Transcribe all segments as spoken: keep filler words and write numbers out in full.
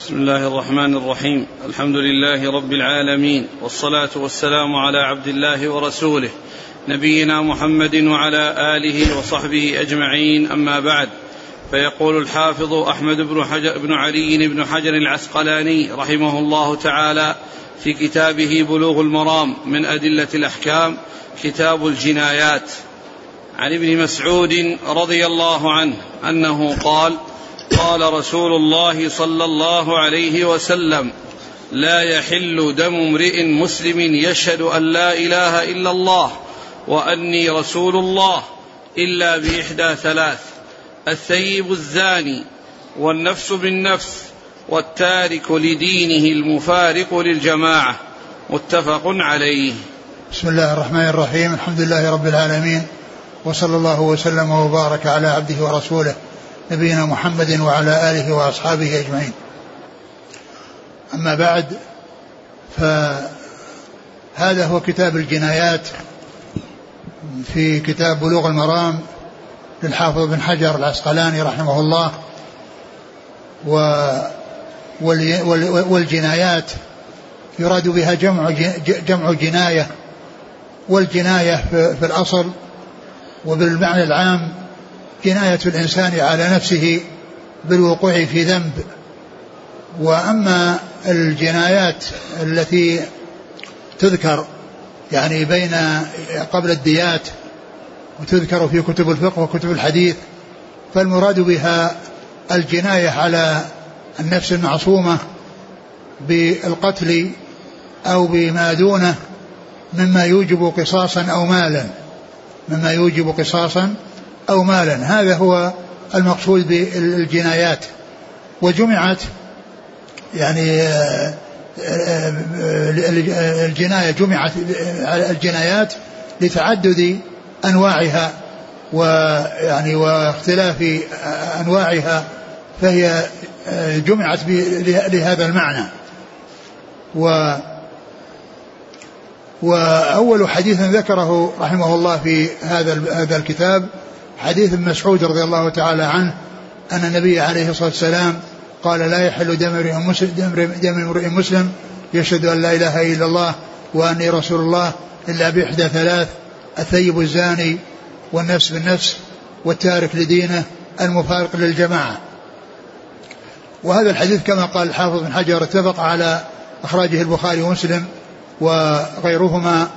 بسم الله الرحمن الرحيم. الحمد لله رب العالمين، والصلاة والسلام على عبد الله ورسوله نبينا محمد وعلى آله وصحبه أجمعين، أما بعد. فيقول الحافظ أحمد بن, حجر بن علي بن حجر العسقلاني رحمه الله تعالى في كتابه بلوغ المرام من أدلة الأحكام، كتاب الجنايات، عن ابن مسعود رضي الله عنه أنه قال: قال رسول الله صلى الله عليه وسلم: لا يحل دم امرئ مسلم يشهد أن لا إله إلا الله وأني رسول الله إلا بإحدى ثلاث: الثيب الزاني، والنفس بالنفس، والتارك لدينه المفارق للجماعة. متفق عليه. بسم الله الرحمن الرحيم. الحمد لله رب العالمين، وصلى الله وسلم وبارك على عبده ورسوله نبينا محمد وعلى آله وأصحابه أجمعين. أما بعد، فهذا هو كتاب الجنايات في كتاب بلوغ المرام للحافظ بن حجر العسقلاني رحمه الله. والجنايات يراد بها جمع جمع جناية، والجناية في الأصل وبالمعنى العام جناية الإنسان على نفسه بالوقوع في ذنب. وأما الجنايات التي تذكر يعني بين قبل الديات وتذكر في كتب الفقه وكتب الحديث، فالمراد بها الجناية على النفس المعصومة بالقتل أو بما دونه مما يوجب قصاصا أو مالا مما يوجب قصاصا أو مالا هذا هو المقصود بالجنايات. وجمعت يعني الجناية جمعت الجنايات لتعدد أنواعها ويعني واختلاف أنواعها، فهي جمعت لهذا المعنى. و وأول حديث ذكره رحمه الله في هذا هذا الكتاب حديث ابن مسعود رضي الله تعالى عنه أن النبي عليه الصلاة والسلام قال: لا يحل دم امرئ مسلم, دم امرئ مسلم يشهد أن لا إله إلا الله وأني رسول الله إلا بإحدى ثلاث: الثيب الزاني، والنفس بالنفس، والتارك لدينه المفارق للجماعة. وهذا الحديث كما قال الحافظ بن حجر اتفق على أخراجه البخاري ومسلم وغيرهما.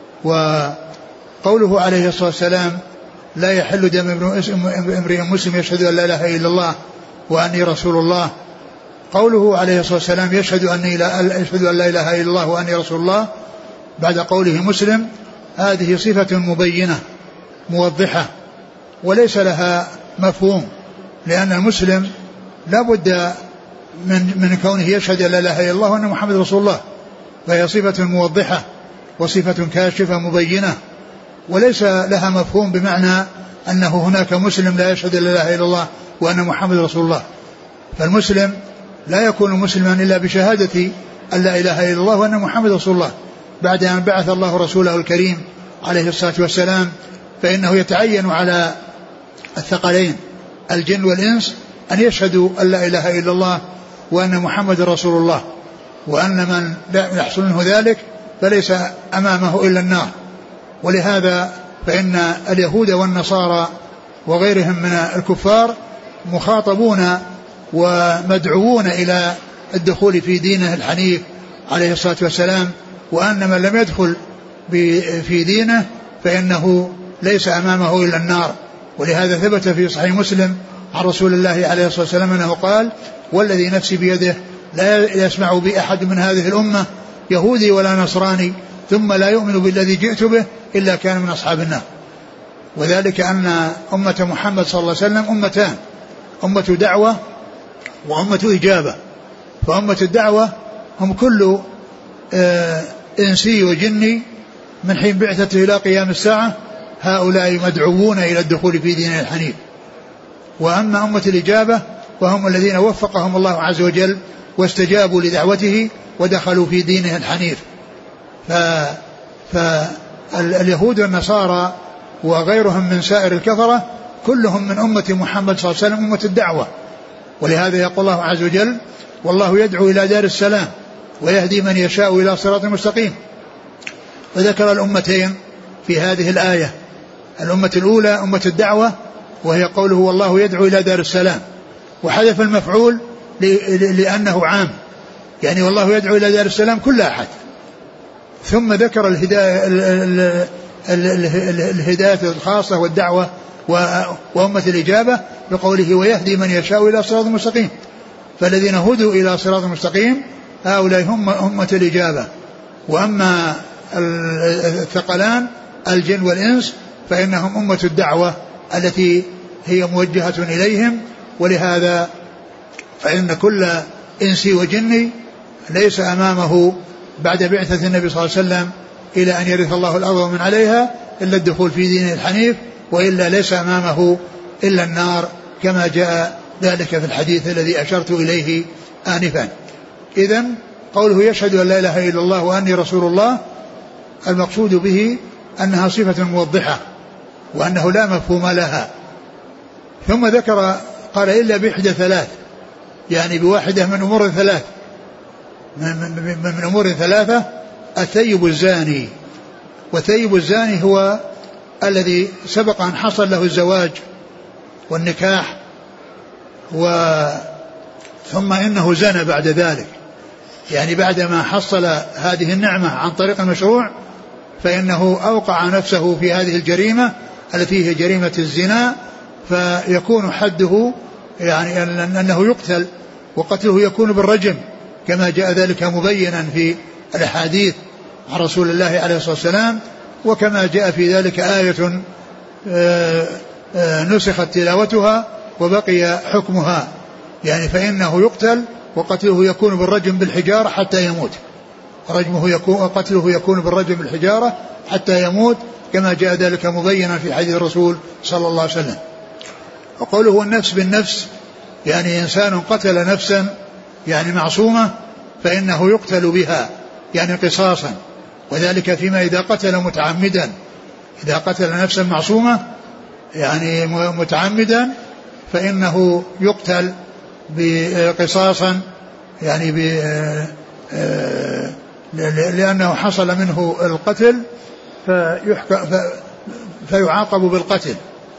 وقوله عليه الصلاة والسلام: لا يحل دم امرئ مسلم يشهد أن لا إله إلا الله وأني رسول الله، قوله عليه الصلاة والسلام يشهد أني لا يشهد أن لا إله إلا الله وأني رسول الله بعد قوله مسلم، هذه صفة مبينة موضحة وليس لها مفهوم، لأن المسلم لا بد من, من كونه يشهد أن لا إله إلا الله وأن محمد رسول الله، فهي صفة موضحة وصفة كاشفة مبينة وليس لها مفهوم بمعنى أنه هناك مسلم لا يشهد أن لا إله إلا الله وأن محمد رسول الله. فالمسلم لا يكون مسلما إلا بشهادة أن لا إله إلا الله وأن محمد رسول الله بعد أن بعث الله رسوله الكريم عليه الصلاة والسلام، فإنه يتعين على الثقلين الجن والإنس أن يشهدوا أن لا إله إلا الله وأن محمد رسول الله، وأن من لا يحصل منه ذلك فليس أمامه إلا النار. ولهذا فإن اليهود والنصارى وغيرهم من الكفار مخاطبون ومدعوون إلى الدخول في دينه الحنيف عليه الصلاة والسلام، وأن من لم يدخل في دينه فإنه ليس أمامه إلا النار. ولهذا ثبت في صحيح مسلم عن رسول الله عليه الصلاة والسلام أنه قال: والذي نفسي بيده لا يسمع بي أحد من هذه الأمة يهودي ولا نصراني ثم لا يؤمن بالذي جئت به إلا كان من أصحاب النار. وذلك أن أمة محمد صلى الله عليه وسلم أمتان: أمة دعوة وأمة إجابة. فأمة الدعوة هم كل إنسي وجني من حين بعثته إلى قيام الساعة، هؤلاء مدعوون إلى الدخول في دين الحنيف. وأما أمة الإجابة وهم الذين وفقهم الله عز وجل واستجابوا لدعوته ودخلوا في دينه الحنيف. فاليهود والنصارى وغيرهم من سائر الكفرة كلهم من أمة محمد صلى الله عليه وسلم أمة الدعوة. ولهذا يقول الله عز وجل: والله يدعو إلى دار السلام ويهدي من يشاء إلى صراط مستقيم. وذكر الأمتين في هذه الآية، الأمة الأولى أمة الدعوة وهي قوله والله يدعو إلى دار السلام، وحذف المفعول لأنه عام، يعني والله يدعو إلى دار السلام كل أحد. ثم ذكر الهداية, الهداية الخاصة والدعوة وأمة الإجابة بقوله ويهدي من يشاء إلى صراط مستقيم. فالذين هدوا إلى صراط مستقيم هؤلاء هم أمة الإجابة. وأما الثقلان الجن والإنس فإنهم أمة الدعوة التي هي موجهة إليهم. ولهذا فإن كل إنسي وجني ليس أمامه بعد بعثة النبي صلى الله عليه وسلم إلى أن يرث الله الأرض ومن عليها إلا الدخول في دين الحنيف، وإلا ليس أمامه إلا النار كما جاء ذلك في الحديث الذي أشرت إليه آنفا. إذن قوله يشهد أن لا إله إلا الله وأني رسول الله المقصود به أنها صفة موضحة وأنه لا مفهوم لها. ثم ذكر قال إلا بإحدى ثلاث، يعني بواحدة من أمور ثلاث من, من, من أمور ثلاثة: الثيب الزاني، والثيب الزاني هو الذي سبق أن حصل له الزواج والنكاح و ثم إنه زنى بعد ذلك، يعني بعدما حصل هذه النعمة عن طريق المشروع فإنه أوقع نفسه في هذه الجريمة التي هي جريمة الزنا، فيكون حده يعني أنه يقتل، وقتله يكون بالرجم كما جاء ذلك مبينا في الأحاديث عن رسول الله عليه الصلاة والسلام، وكما جاء في ذلك آية نسخت تلاوتها وبقي حكمها، يعني فإنه يقتل وقتله يكون بالرجم بالحجارة حتى يموت، رجمه يكون وقتله يكون بالرجم بالحجارة حتى يموت كما جاء ذلك مبينا في حديث الرسول صلى الله عليه وسلم. وقوله النفس بالنفس، يعني إنسان قتل نفسا يعني معصومة فإنه يقتل بها يعني قصاصا، وذلك فيما إذا قتل متعمدا، إذا قتل نفسا معصومة يعني متعمدا فإنه يقتل بقصاصا، يعني لأنه حصل منه القتل فيعاقب بالقتل.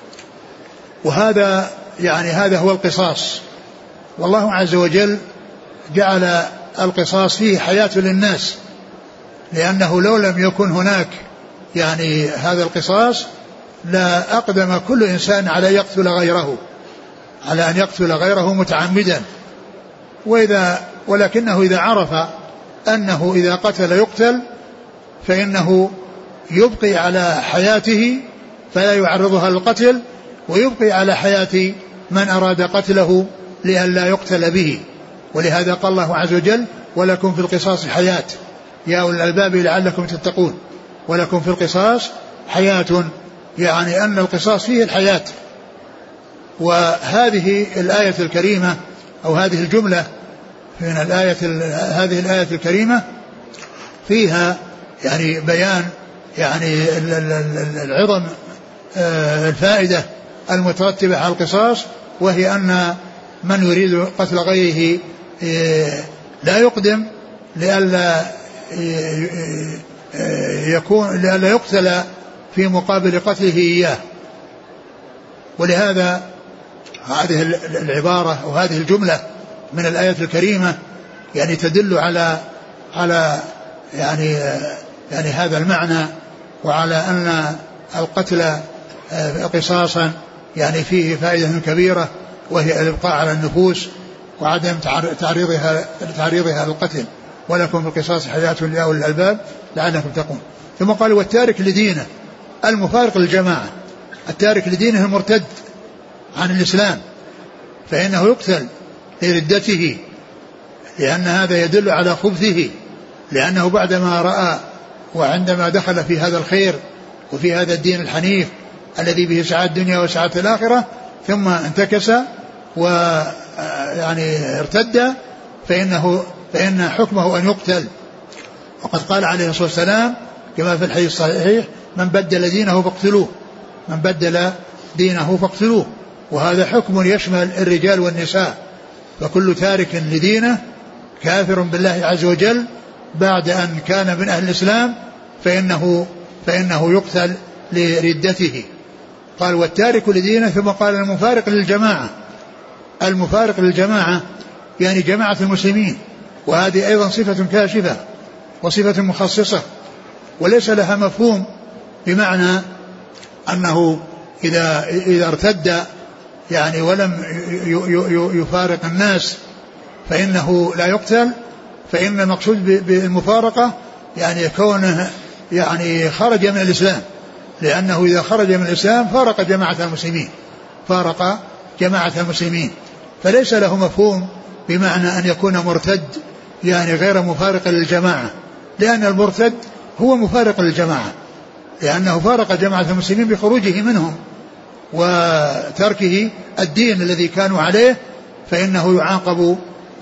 وهذا يعني هذا هو القصاص. والله عز وجل جعل القصاص فيه حياة للناس، لأنه لو لم يكن هناك يعني هذا القصاص لا أقدم كل إنسان على يقتل غيره، على أن يقتل غيره متعمدا. وإذا ولكنه إذا عرف أنه إذا قتل يقتل فإنه يبقي على حياته فلا يعرضها للقتل، ويبقي على حياة من أراد قتله لئلا يقتل به. ولهذا قال الله عز وجل ولكم في القصاص حياة يا أولي الألباب لعلكم تتقون. ولكم في القصاص حياة، يعني أن القصاص فيه الحياة. وهذه الآية الكريمة أو هذه الجملة من الآية هذه الآية الكريمة فيها يعني بيان يعني العظم الفائدة المترتبة على القصاص، وهي أن من يريد قتل غيره لا يقدم لئلا يكون لئلا يقتل في مقابل قتله إياه. ولهذا هذه العبارة وهذه الجملة من الآية الكريمة يعني تدل على على يعني يعني هذا المعنى، وعلى أن القتل قصاصا يعني فيه فائدة كبيرة، وهي الإبقاء على النفوس وعدم تعريضها تعريضها للقتل. ولكم في القصاص حياة يا أولي الألباب لعلكم تتقون. ثم قال والتارك لدينه المفارق للجماعة، التارك لدينه المرتد عن الإسلام فإنه يقتل لردته، لأن هذا يدل على خبثه، لأنه بعدما رأى وعندما دخل في هذا الخير وفي هذا الدين الحنيف الذي به سعادة الدنيا وسعادة الآخرة ثم انتكس ويعني ارتد فإنه فإن حكمه أن يقتل. وقد قال عليه الصلاة والسلام كما في الحديث الصحيح من بدل دينه فاقتلوه، من بدل دينه فاقتلوه. وهذا حكم يشمل الرجال والنساء، فكل تارك لدينه كافر بالله عز وجل بعد أن كان من أهل الإسلام فإنه, فإنه يقتل لردته. قال والتارك لدينه، ثم قال المفارق للجماعة. المفارق للجماعة يعني جماعة المسلمين، وهذه أيضا صفة كاشفة وصفة مخصصة وليس لها مفهوم بمعنى أنه إذا, إذا ارتد يعني ولم يفارق الناس فإنه لا يقتل، فإن المقصود بالمفارقة يعني كونه يعني خرج من الإسلام، لأنه إذا خرج من الإسلام فارق جماعة المسلمين فارق جماعة المسلمين فليس له مفهوم بمعنى أن يكون مرتد يعني غير مفارق للجماعة، لأن المرتد هو مفارق للجماعة، لأنه فارق جماعة المسلمين بخروجه منهم وتركه الدين الذي كانوا عليه، فإنه يعاقب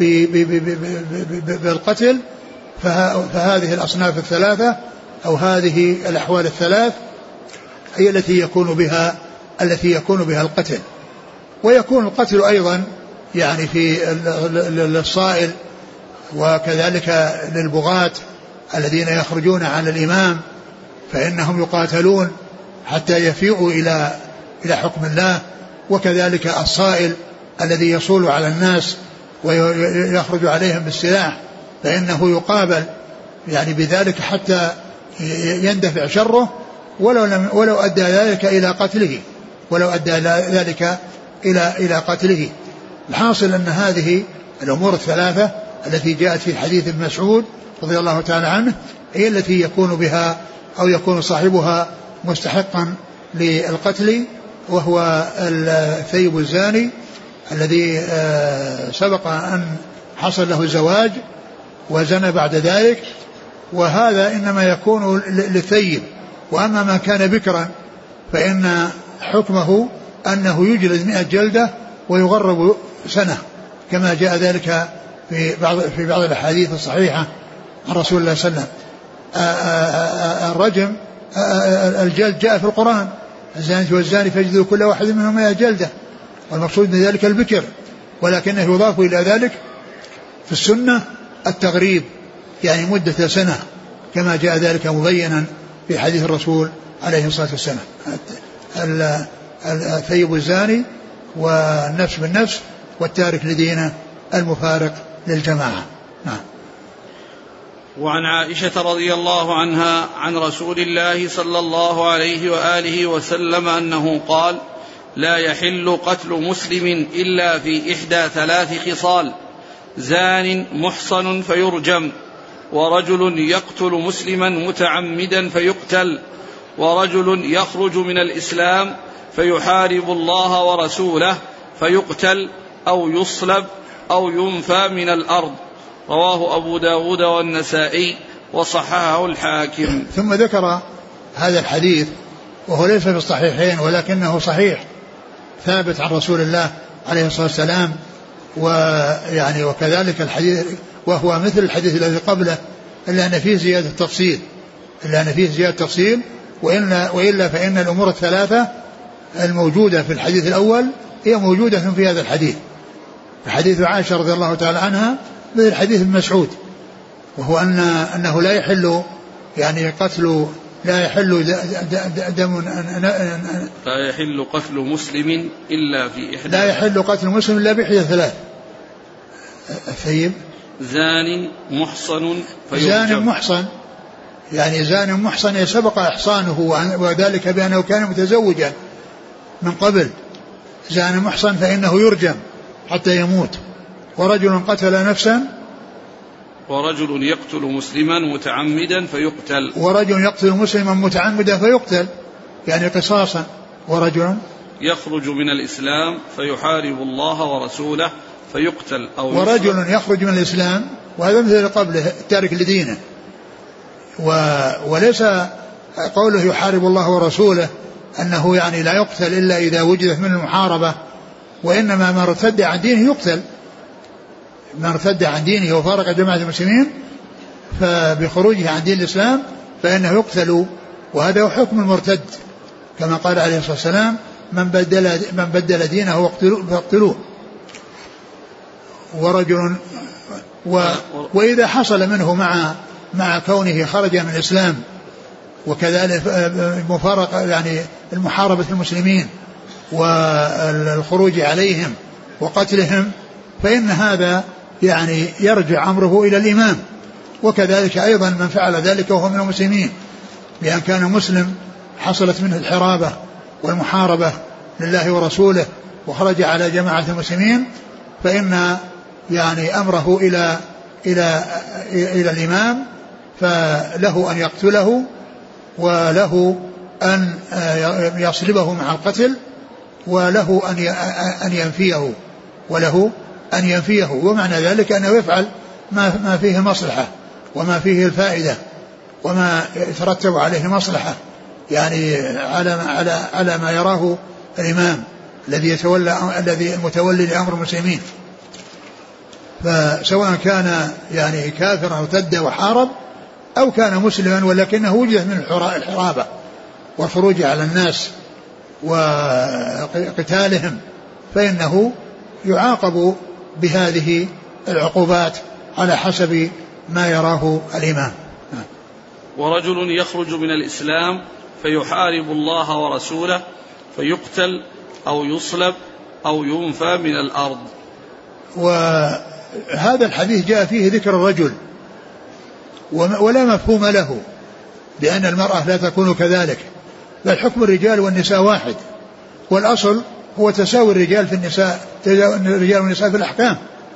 بالقتل. فهذه الأصناف الثلاثة أو هذه الأحوال الثلاث هي التي يكون بها التي يكون بها القتل. ويكون القتل أيضا يعني في الصائل، وكذلك للبغاة الذين يخرجون على الإمام فإنهم يقاتلون حتى يفيئوا إلى إلى حكم الله، وكذلك الصائل الذي يصول على الناس ويخرج عليهم بالسلاح فإنه يقابل يعني بذلك حتى يندفع شره، ولو لم ولو أدى ذلك إلى قتله ولو أدى ذلك إلى إلى قتله. الحاصل أن هذه الأمور الثلاثة التي جاءت في حديث ابن مسعود رضي الله تعالى عنه هي التي يكون بها أو يكون صاحبها مستحقا للقتل، وهو الثيب الزاني الذي سبق أن حصل له زواج وزنى بعد ذلك، وهذا إنما يكون للثيب. وأما ما كان بكرا فإن حكمه أنه يجلد مئة جلدة ويغرب سنة، كما جاء ذلك في بعض في بعض الأحاديث الصحيحة عن رسول الله صلى الله عليه وسلم. الرجم الجلد جاء في القرآن، الزاني والزاني فاجلدوا كل واحد منهم مئة جلدة، والمقصود من ذلك البكر، ولكنه يضاف إلى ذلك في السنة التغريب يعني مدة سنة، كما جاء ذلك مبينا في حديث الرسول عليه الصلاة والسلام. الثيب الزاني والنفس بالنفس والتارك لدينه المفارق للجماعة. نعم. وعن عائشة رضي الله عنها عن رسول الله صلى الله عليه وآله وسلم أنه قال: لا يحل قتل مسلم إلا في إحدى ثلاث خصال: زان محصن فيرجم، ورجل يقتل مسلما متعمدا فيقتل، ورجل يخرج من الإسلام فيحارب الله ورسوله فيقتل أو يصلب أو ينفى من الأرض. رواه أبو داود والنسائي وصححه الحاكم. ثم ذكر هذا الحديث وهو ليس في الصحيحين ولكنه صحيح ثابت عن رسول الله عليه الصلاة والسلام، ويعني وكذلك الحديث وهو مثل الحديث الذي قبله إلا أن فيه زيادة تفصيل إلا أن فيه زيادة تفصيل وإلا, وإلا فإن الأمور الثلاثة الموجودة في الحديث الأول هي موجودة في هذا الحديث. حديث عائشة رضي الله تعالى عنها مثل حديث ابن مسعود، وهو أن أنه لا يحل يعني قتل لا يحل دم لا يحل قتل مسلم إلا في إحدى لا يحل قتل مسلم إلا بإحدى ثلاث: الثيب، زان محصن فيرجم. زان محصن يعني زان محصن سبق إحصانه وذلك بأنه كان متزوجا من قبل. زان محصن فإنه يرجم حتى يموت. ورجل قتل نفسا ورجل يقتل مسلما متعمدا فيقتل ورجل يقتل مسلما متعمدا فيقتل يعني قصاصا. ورجل يخرج من الإسلام فيحارب الله ورسوله فيقتل أو ورجل يخرج من الإسلام، وهذا مثل قبله التارك لدينه. وليس قوله يحارب الله ورسوله أنه يعني لا يقتل إلا إذا وجدت من المحاربة، وإنما من ارتد عن دينه يقتل. من ارتد عن دينه وفارق جماعة المسلمين فبخروجه عن دين الإسلام فإنه يقتل، وهذا هو حكم المرتد كما قال عليه الصلاة والسلام: من بدل, من بدل دينه فاقتلوه. ورجل و وإذا حصل منه مع مع كونه خرج من الإسلام وكذلك مفارقة يعني المحاربة المسلمين والخروج عليهم وقتلهم، فإن هذا يعني يرجع أمره إلى الإمام. وكذلك أيضا من فعل ذلك وهو من المسلمين، بأن كان مسلم حصلت منه الحرابة والمحاربة لله ورسوله وخرج على جماعة المسلمين، فإن يعني أمره إلى إلى إلى الإمام، فله أن يقتله وله أن يصلبه مع القتل وله أن ينفيه وله أن ينفيه ومعنى ذلك أنه يفعل ما ما فيه المصلحة وما فيه الفائدة وما يترتب عليه مصلحة، يعني على على على ما يراه الإمام الذي يتولى الذي المتولي لأمر المسلمين. فسواء كان يعني كافرا ارتد وحارب أو كان مسلما ولكنه وجد من الحرابة والخروج على الناس وقتالهم، فإنه يعاقب بهذه العقوبات على حسب ما يراه الإمام. ورجل يخرج من الإسلام فيحارب الله ورسوله فيقتل أو يصلب أو ينفى من الأرض. وهذا الحديث جاء فيه ذكر الرجل ولا مفهوم له، لأن المرأة لا تكون كذلك، بل حكم الرجال والنساء واحد، والأصل هو تساوي الرجال في النساء الرجال والنساء في الأحكام،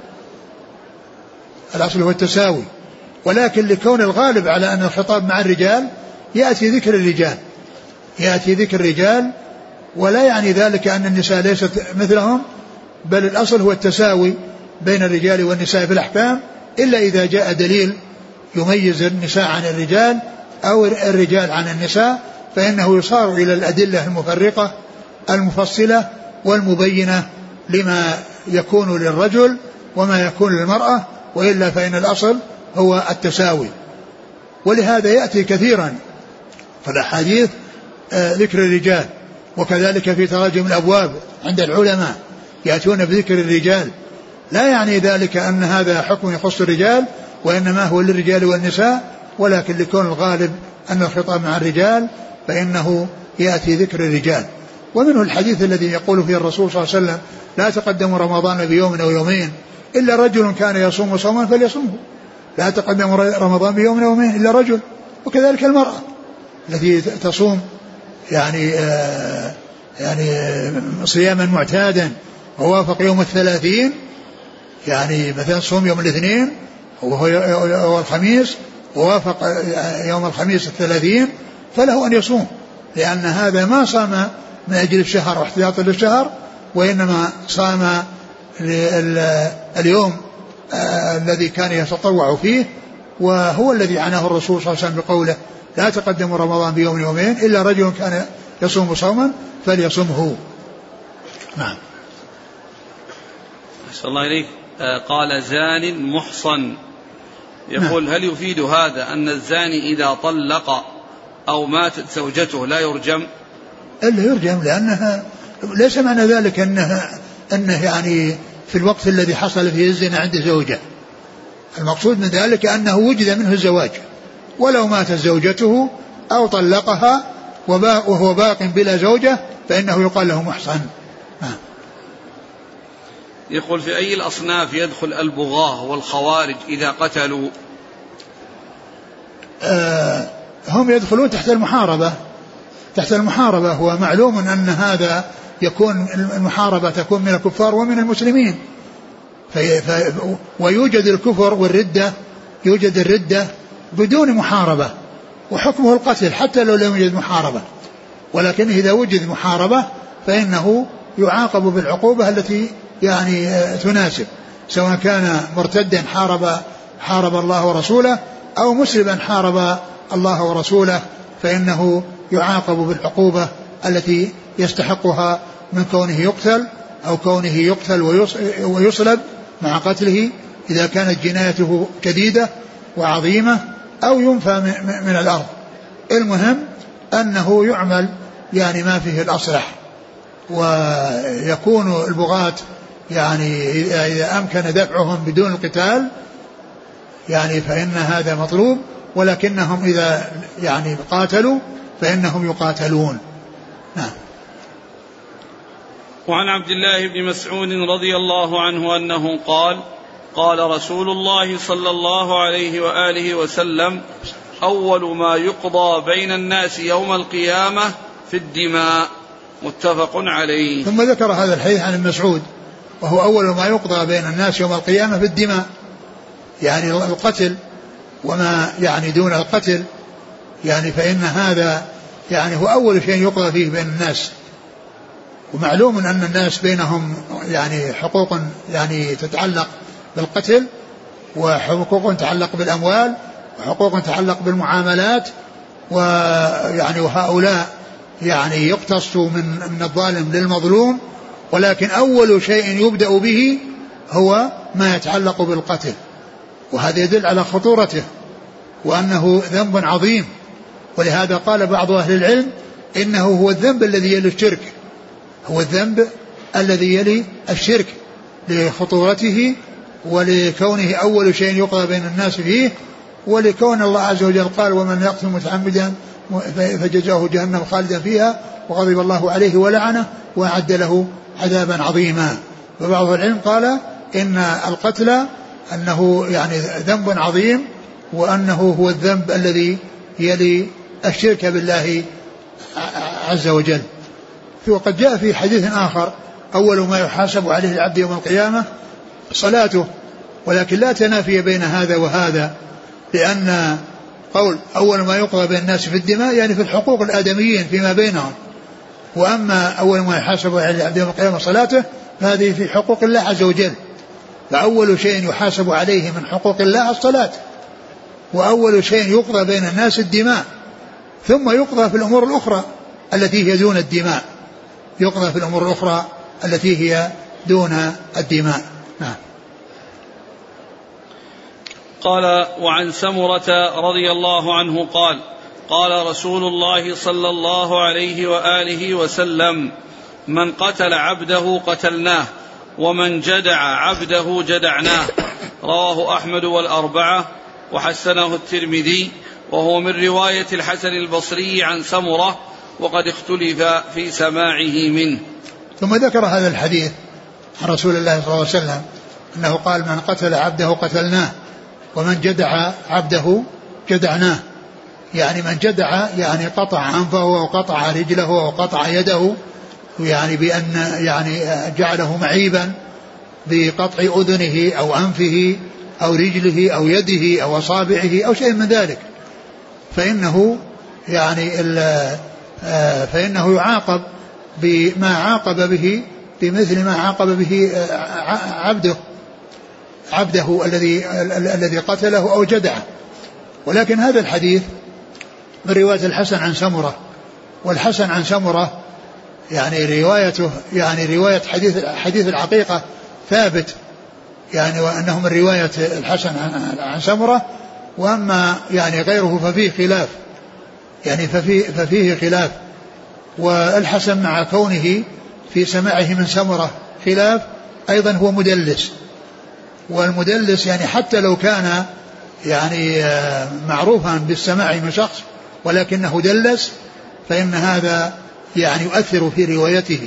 الأصل هو التساوي، ولكن لكون الغالب على أن الخطاب مع الرجال يأتي ذكر الرجال يأتي ذكر الرجال ولا يعني ذلك أن النساء ليست مثلهم، بل الأصل هو التساوي بين الرجال والنساء في الأحكام، إلا إذا جاء دليل يميز النساء عن الرجال أو الرجال عن النساء، فإنه يصار إلى الأدلة المفرقة المفصلة والمبينة لما يكون للرجل وما يكون للمرأة، وإلا فإن الأصل هو التساوي. ولهذا يأتي كثيرا في الأحاديث ذكر الرجال، وكذلك في تراجم الأبواب عند العلماء يأتون بذكر الرجال، لا يعني ذلك أن هذا حكم يخص الرجال وإنما هو للرجال والنساء، ولكن لكون الغالب أن الخطاب مع الرجال فإنه يأتي ذكر الرجال. ومنه الحديث الذي يقول فيه الرسول صلى الله عليه وسلم: لا تقدموا رمضان بيوم أو يومين إلا رجل كان يصوم صوما فليصومه، لا تقدموا رمضان بيوم أو يومين إلا رجل. وكذلك المرأة التي تصوم يعني آه يعني صياما معتادا ووافق يوم الثلاثين، يعني مثلا صوم يوم الاثنين وهو الخميس ووافق يوم الخميس الثلاثين، فله أن يصوم، لأن هذا ما صام من أجل الشهر واحتياطا للشهر، وإنما صام اليوم الذي كان يتطوع فيه، وهو الذي عناه الرسول صلى الله عليه وسلم بقوله: لا تقدموا رمضان بيوم يومين إلا رجل كان يصوم صوما فليصمه. نعم. أحسن الله إليك. قال: زان محصن. يقول: هل يفيد هذا أن الزاني إذا طلق أو ماتت زوجته لا يرجم؟ إلا يرجم، لأنها ليس معنى ذلك أنه, أنه يعني في الوقت الذي حصل فيه الزنا عند زوجة، المقصود من ذلك أنه وجد منه الزواج، ولو ماتت زوجته أو طلقها وهو باق بلا زوجة فإنه يقال له محصن. يقول: في أي الأصناف يدخل البغاة والخوارج إذا قتلوا؟ آه هم يدخلون تحت المحاربة تحت المحاربة هو معلوم أن هذا يكون المحاربة تكون من الكفار ومن المسلمين، في في ويوجد الكفر والردة، يوجد الردة بدون محاربة وحكمه القتل حتى لو لم يوجد محاربة، ولكن إذا وجد محاربة فإنه يعاقب بالعقوبة التي يعني تناسب، سواء كان مرتدا حارب حارب الله ورسوله أو مسلما حارب الله ورسوله، فإنه يعاقب بالعقوبة التي يستحقها من كونه يقتل أو كونه يقتل ويصلب مع قتله إذا كانت جنايته كديدة وعظيمة، أو ينفى من الأرض. المهم أنه يعمل يعني ما فيه الأصلح، ويكون البغاة يعني إذا أمكن دفعهم بدون القتال يعني فإن هذا مطلوب، ولكنهم إذا يعني قاتلوا فإنهم يقاتلون. نعم. وعن عبد الله بن مسعود رضي الله عنه أنه قال قال رسول الله صلى الله عليه وآله وسلم أول ما يقضى بين الناس يوم القيامة في الدماء، متفق عليه. ثم ذكر هذا الحديث عن المسعود، وهو أول ما يقضى بين الناس يوم القيامة في الدماء، يعني القتل وما يعني دون القتل، يعني فإن هذا يعني هو أول شيء يقضى فيه بين الناس. ومعلوم أن الناس بينهم يعني حقوق يعني تتعلق بالقتل، وحقوق تتعلق بالأموال، وحقوق تتعلق بالمعاملات، ويعني وهؤلاء يعني يقتص من من الظالم للمظلوم، ولكن أول شيء يبدأ به هو ما يتعلق بالقتل، وهذا يدل على خطورته وأنه ذنب عظيم. ولهذا قال بعض أهل العلم إنه هو الذنب الذي يلي الشرك، هو الذنب الذي يلي الشرك لخطورته ولكونه أول شيء يقضى بين الناس فيه، ولكون الله عز وجل قال ومن يقتل متعمدا فجزاؤه جهنم خالدا فيها وغضب الله عليه ولعنه وأعد له عذابا عظيما. وبعض العلم قال إن القتل أنه يعني ذنب عظيم، وأنه هو الذنب الذي يلي الشرك بالله عز وجل. وقد جاء في حديث آخر أول ما يحاسب عليه العبد يوم القيامة صلاته، ولكن لا تنافي بين هذا وهذا، لأن قول أول ما يقضى بين الناس في الدماء يعني في الحقوق الآدميين فيما بينهم، وأما أول ما يحاسب عليه العبد يوم القيامة صلاته فهذه في حقوق الله عز وجل. فأول شيء يحاسب عليه من حقوق الله الصلاة، وأول شيء يقضى بين الناس الدماء، ثم يقضى في الأمور الأخرى التي هي دون الدماء، يقضى في الأمور الأخرى التي هي دون الدماء. نعم. قال وعن سمرة رضي الله عنه قال قال رسول الله صلى الله عليه وآله وسلم من قتل عبده قتلناه ومن جدع عبده جدعناه، رواه أحمد والأربعة وحسنه الترمذي، وهو من رواية الحسن البصري عن سمرة، وقد اختلف في سماعه منه. ثم ذكر هذا الحديث عن رسول الله صلى الله عليه وسلم أنه قال من قتل عبده قتلناه ومن جدع عبده جدعناه، يعني من جدع يعني قطع أنفه وقطع رجله وقطع يده، يعني بأن يعني جعله معيبا بقطع أذنه أو أنفه أو رجله أو يده أو أصابعه أو شيء من ذلك، فإنه يعني فإنه يعاقب بما عاقب به بمثل ما عاقب به عبده عبده الذي الذي قتله أو جدعه. ولكن هذا الحديث من رواية الحسن عن سمرة، والحسن عن سمرة يعني روايته يعني رواية حديث حديث العقيقة ثابت، يعني وأنه من رواية الحسن عن سمرة، وأما يعني غيره ففيه خلاف، يعني ففيه, ففيه خلاف. والحسن مع كونه في سماعه من سمرة خلاف أيضا هو مدلس، والمدلس يعني حتى لو كان يعني معروفا بالسماع من شخص ولكنه دلس فإن هذا يعني يؤثر في روايته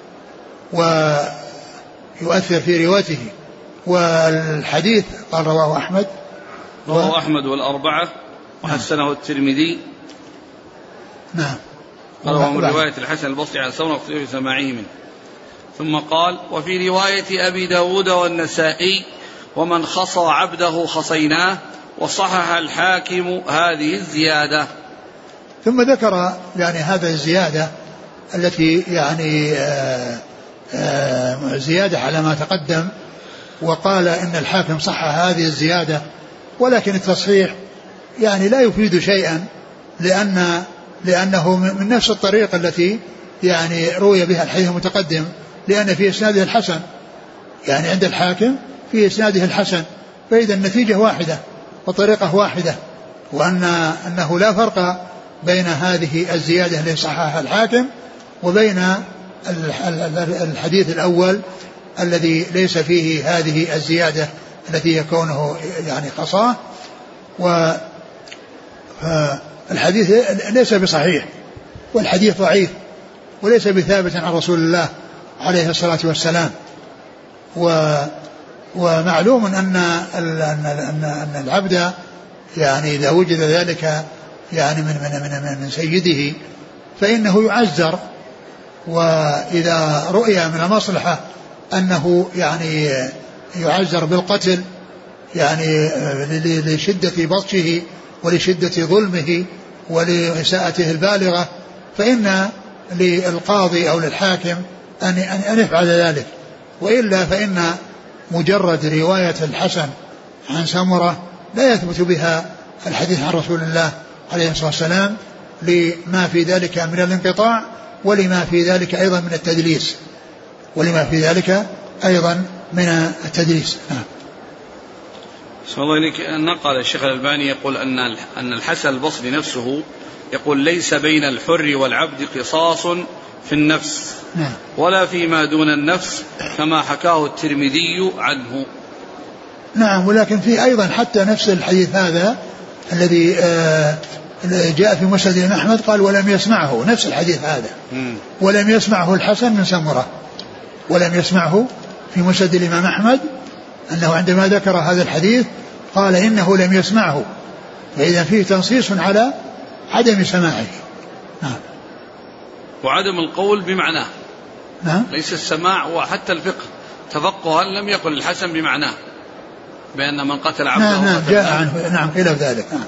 ويؤثر في روايته. والحديث قال رواه أحمد رواه أحمد والأربعة وحسنه الترمذي. نعم. قال وهو من رواية الحسن البصري عن سمرة في سماعه منه. ثم قال وفي رواية أبي داود والنسائي ومن خصى عبده خصيناه، وصحح الحاكم هذه الزيادة. ثم ذكر يعني هذا الزيادة التي يعني آآ آآ زيادة على ما تقدم، وقال إن الحاكم صح هذه الزيادة، ولكن التصحيح يعني لا يفيد شيئا، لأن لأنه من نفس الطريقة التي يعني روي بها الحديث المتقدم، لأن في إسناده الحسن، يعني عند الحاكم في إسناده الحسن، فإذا النتيجة واحدة وطريقة واحدة، وأن أنه لا فرق بين هذه الزيادة التي صححها الحاكم وبين الحديث الأول الذي ليس فيه هذه الزيادة التي هي كونه يعني خصاه. والحديث ليس بصحيح، والحديث ضعيف وليس بثابت عن رسول الله عليه الصلاة والسلام. و ومعلوم أن أن العبد يعني إذا وجد ذلك يعني من من من من سيده فإنه يعزر، وإذا رؤي من المصلحة أنه يعني يعزر بالقتل يعني لشدة بطشه ولشدة ظلمه ولإساءته البالغة، فإن للقاضي أو للحاكم أن أن يفعل ذلك. وإلا فإن مجرد رواية الحسن عن سمرة لا يثبت بها الحديث عن رسول الله عليه الصلاة والسلام، لما في ذلك من الانقطاع ولما في ذلك أيضا من التدليس ولما في ذلك أيضا من التدليس. بسم الله إليك. نقل الشيخ الألباني يقول أن أن الحسن البصري نفسه يقول ليس بين الحر والعبد قصاص في النفس ولا فيما دون النفس كما حكاه الترمذي عنه. نعم، ولكن في أيضا حتى نفس الحديث هذا الذي آه جاء في مسند الإمام أحمد قال ولم يسمعه، نفس الحديث هذا م. ولم يسمعه الحسن من سمرة، ولم يسمعه في مسند الإمام أحمد أنه عندما ذكر هذا الحديث قال إنه لم يسمعه، فإذا فيه تنصيص على عدم سماعه. نعم. وعدم القول بمعناه. نعم. ليس السماع وحتى الفقه تفقها لم يقل الحسن بمعناه بأن من قتل عبده. نعم نعم جاء عنه نعم إلى ذلك. نعم.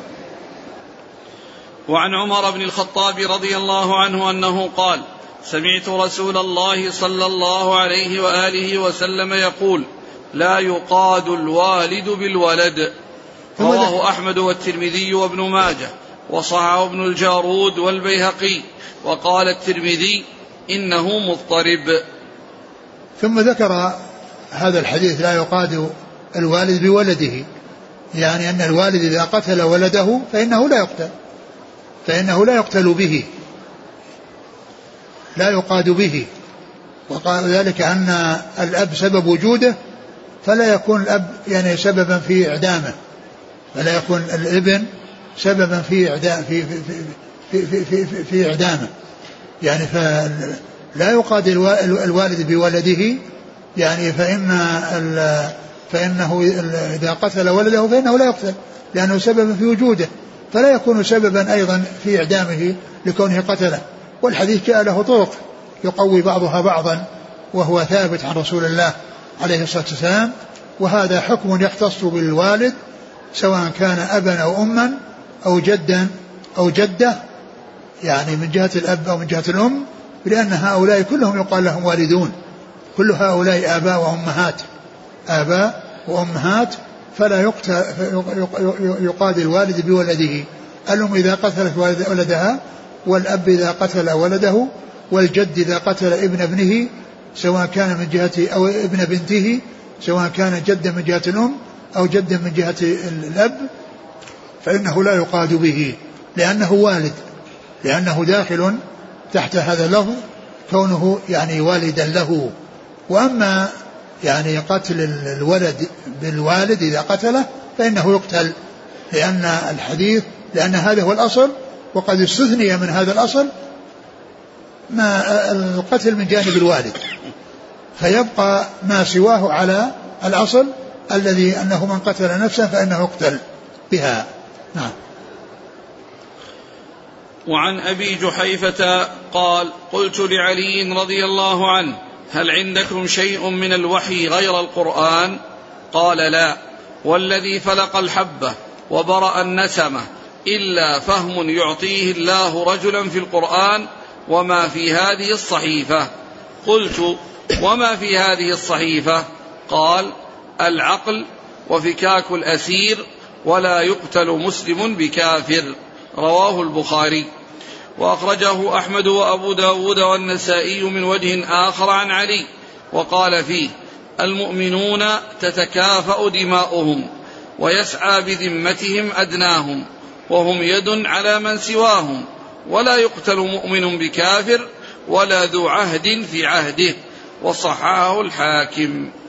وعن عمر بن الخطاب رضي الله عنه أنه قال سمعت رسول الله صلى الله عليه وآله وسلم يقول لا يقاد الوالد بالولد. رواه أحمد والترمذي وابن ماجه وصححه ابن الجارود والبيهقي، وقال الترمذي إنه مضطرب. ثم ذكر هذا الحديث لا يقاد الوالد بولده، يعني أن الوالد إذا قتل ولده فإنه لا يقتل فإنه لا يقتل به، لا يقاد به. وقال ذلك أن الأب سبب وجوده فلا يكون الأب يعني سببا في إعدامه، فلا يكون الابن سببا في إعدام في في في في, في, في, في إعدامه، يعني فلا يقاد الوالد بولده، يعني فإن فإنه إذا قتل ولده فإنه لا يقتل لأنه سبب في وجوده، فلا يكون سببا أيضا في إعدامه لكونه قتله. والحديث جاء له طرق يقوي بعضها بعضا وهو ثابت عن رسول الله عليه الصلاة والسلام. وهذا حكم يختص بالوالد سواء كان أبا أو أما أو جدا أو جدة، يعني من جهة الأب أو من جهة الأم، لأن هؤلاء كلهم يقال لهم والدون، كل هؤلاء آباء وأمهات آباء وأمهات، فلا يقاد الوالد بولده. الأم إذا قتلت ولدها، والأب إذا قتل ولده، والجد إذا قتل ابن ابنه سواء كان من جهة أو ابن بنته، سواء كان جدا من جهة الأم أو جدا من جهة الأب، فإنه لا يقاد به لأنه والد، لأنه داخل تحت هذا اللفظ كونه يعني والدا له. وأما يعني قتل الولد بالوالد إذا قتله فإنه يقتل، لأن الحديث لأن هذا هو الأصل، وقد استثني من هذا الأصل ما القتل من جانب الوالد، فيبقى ما سواه على الأصل الذي أنه من قتل نفسا فإنه يقتل بها. نعم. وعن أبي جحيفة قال قلت لعلي رضي الله عنه هل عندكم شيء من الوحي غير القرآن؟ قال لا، والذي فلق الحبة وبرأ النسمة إلا فهم يعطيه الله رجلا في القرآن وما في هذه الصحيفة. قلت وما في هذه الصحيفة؟ قال العقل وفكاك الأسير ولا يقتل مسلم بكافر. رواه البخاري. وأخرجه أحمد وأبو داود والنسائي من وجه آخر عن علي وقال فيه المؤمنون تتكافأ دماؤهم ويسعى بذمتهم أدناهم وهم يد على من سواهم، ولا يقتل مؤمن بكافر ولا ذو عهد في عهده. وصححه الحاكم.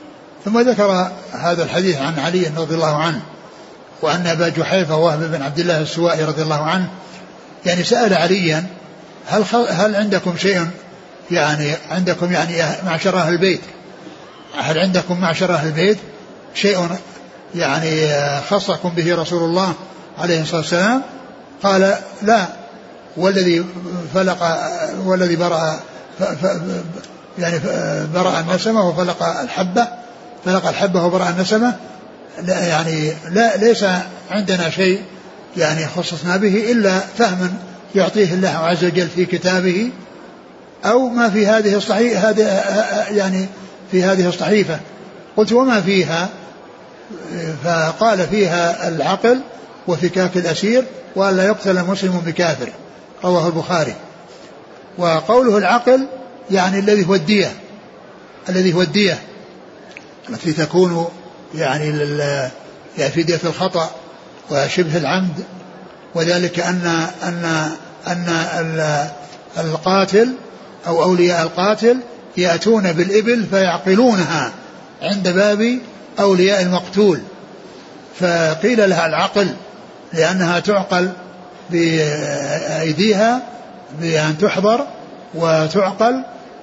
ثم ذكر هذا الحديث عن علي رضي الله عنه وأن أبا جحيفة وهب بن عبد الله السوائي رضي الله عنه يعني سأل عليا هل, هل عندكم شيء يعني عندكم يعني معشر أهل البيت هل عندكم معشر أهل البيت شيء يعني خصكم به رسول الله عليه الصلاة والسلام؟ قال لا، والذي فلق والذي برأ يعني برأ النسمة وفلق الحبة فلق الحبة وبرأ النسمة، لا يعني لا ليس عندنا شيء يعني خصصنا به إلا فهم يعطيه الله عز وجل في كتابه أو ما في هذه الصحيفة هذه يعني في هذه الصحيفة. قلت وما فيها؟ فقال فيها العقل وفكاك الأسير وأن لا يقتل مسلم بكافر، رواه البخاري. وقوله العقل يعني الذي هو الدية الذي هو الدية التي تكون يعني يعني في دية الخطأ وشبه العمد، وذلك أن أن أن القاتل أو أولياء القاتل يأتون بالإبل فيعقلونها عند باب أولياء المقتول، فقيل لها العقل لأنها تعقل بأيديها بأن تحضر وتعقل،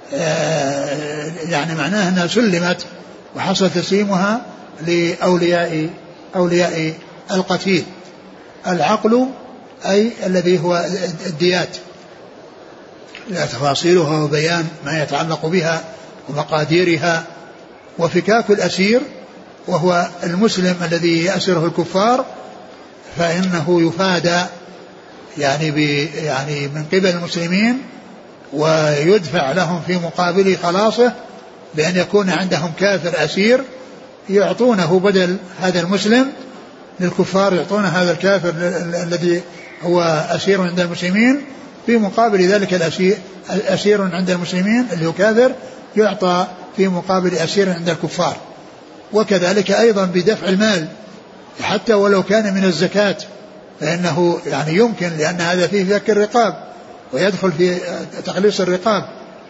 يعني معناها أنها سلمت وحصل تسليمها لأولياء أولياء القتيل. العقل أي الذي هو الديات، تفاصيلها وبيان ما يتعلق بها ومقاديرها. وفكاك الأسير وهو المسلم الذي يأسره الكفار فإنه يفادى يعني يعني من قبل المسلمين ويدفع لهم في مقابل خلاصه بأن يكون عندهم كافر أسير يعطونه بدل هذا المسلم للكفار، يعطون هذا الكافر الذي هو أسير عند المسلمين في مقابل ذلك الأسير أسير عند المسلمين اللي هو كافر يعطى في مقابل أسير عند الكفار. وكذلك أيضا بدفع المال حتى ولو كان من الزكاة فإنه يعني يمكن، لأن هذا فيه فك الرقاب ويدخل في تخليص الرقاب.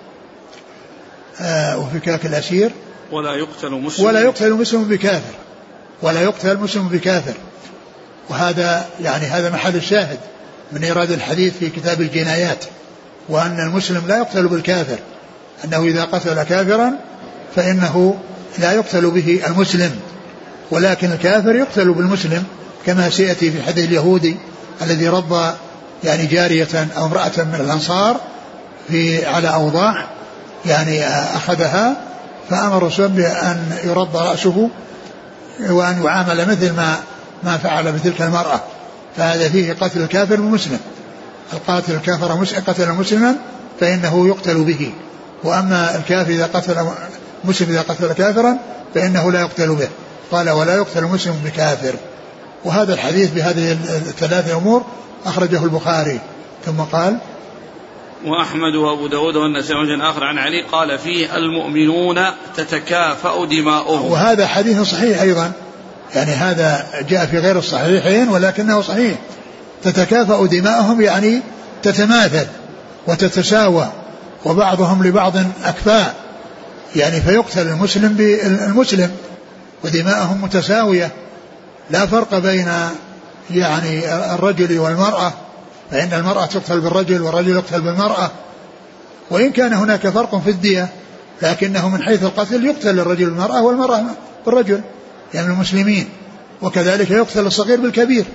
آه وفكاك الأسير ولا يقتل مسلم ولا يقتل مسلم بكافر ولا يقتل مسلم بكافر. وهذا يعني هذا محل الشاهد من إيراد الحديث في كتاب الجنايات، وأن المسلم لا يقتل بالكافر، أنه إذا قتل كافرا فإنه لا يقتل به المسلم، ولكن الكافر يقتل بالمسلم كما سيأتي في حديث اليهودي الذي رضى يعني جارية أو امرأة من الأنصار في على أوضاع يعني أخذها فأمر الرسول بأن يرضى رأسه وأن يعامل مثل ما ما فعل بتلك المرأة. فهذا فيه قتل الكافر بالمسلم، القاتل الكافر قتل مسلما فإنه يقتل به، وأما الكافر إذا قتل مسلم إذا قتل كافرا فإنه لا يقتل به. قال ولا يقتل مسلم بكافر. وهذا الحديث بهذه الثلاثة أمور أخرجه البخاري. ثم قال وأحمد وأبو داود والنسائي وجه آخر عن علي قال فيه المؤمنون تتكافأ دماؤهم. وهذا حديث صحيح أيضا، يعني هذا جاء في غير الصحيحين ولكنه صحيح. تتكافأ دماؤهم يعني تتماثل وتتساوى وبعضهم لبعض أكفاء، يعني فيقتل المسلم بالمسلم ودماءهم متساوية، لا فرق بين يعني الرجل والمرأة، فإن المرأة تقتل بالرجل والرجل يقتل بالمرأة، وإن كان هناك فرق في الدية لكنه من حيث القتل يقتل الرجل بالمرأة والمرأة بالرجل يعني المسلمين. وكذلك يقتل الصغير بالكبير،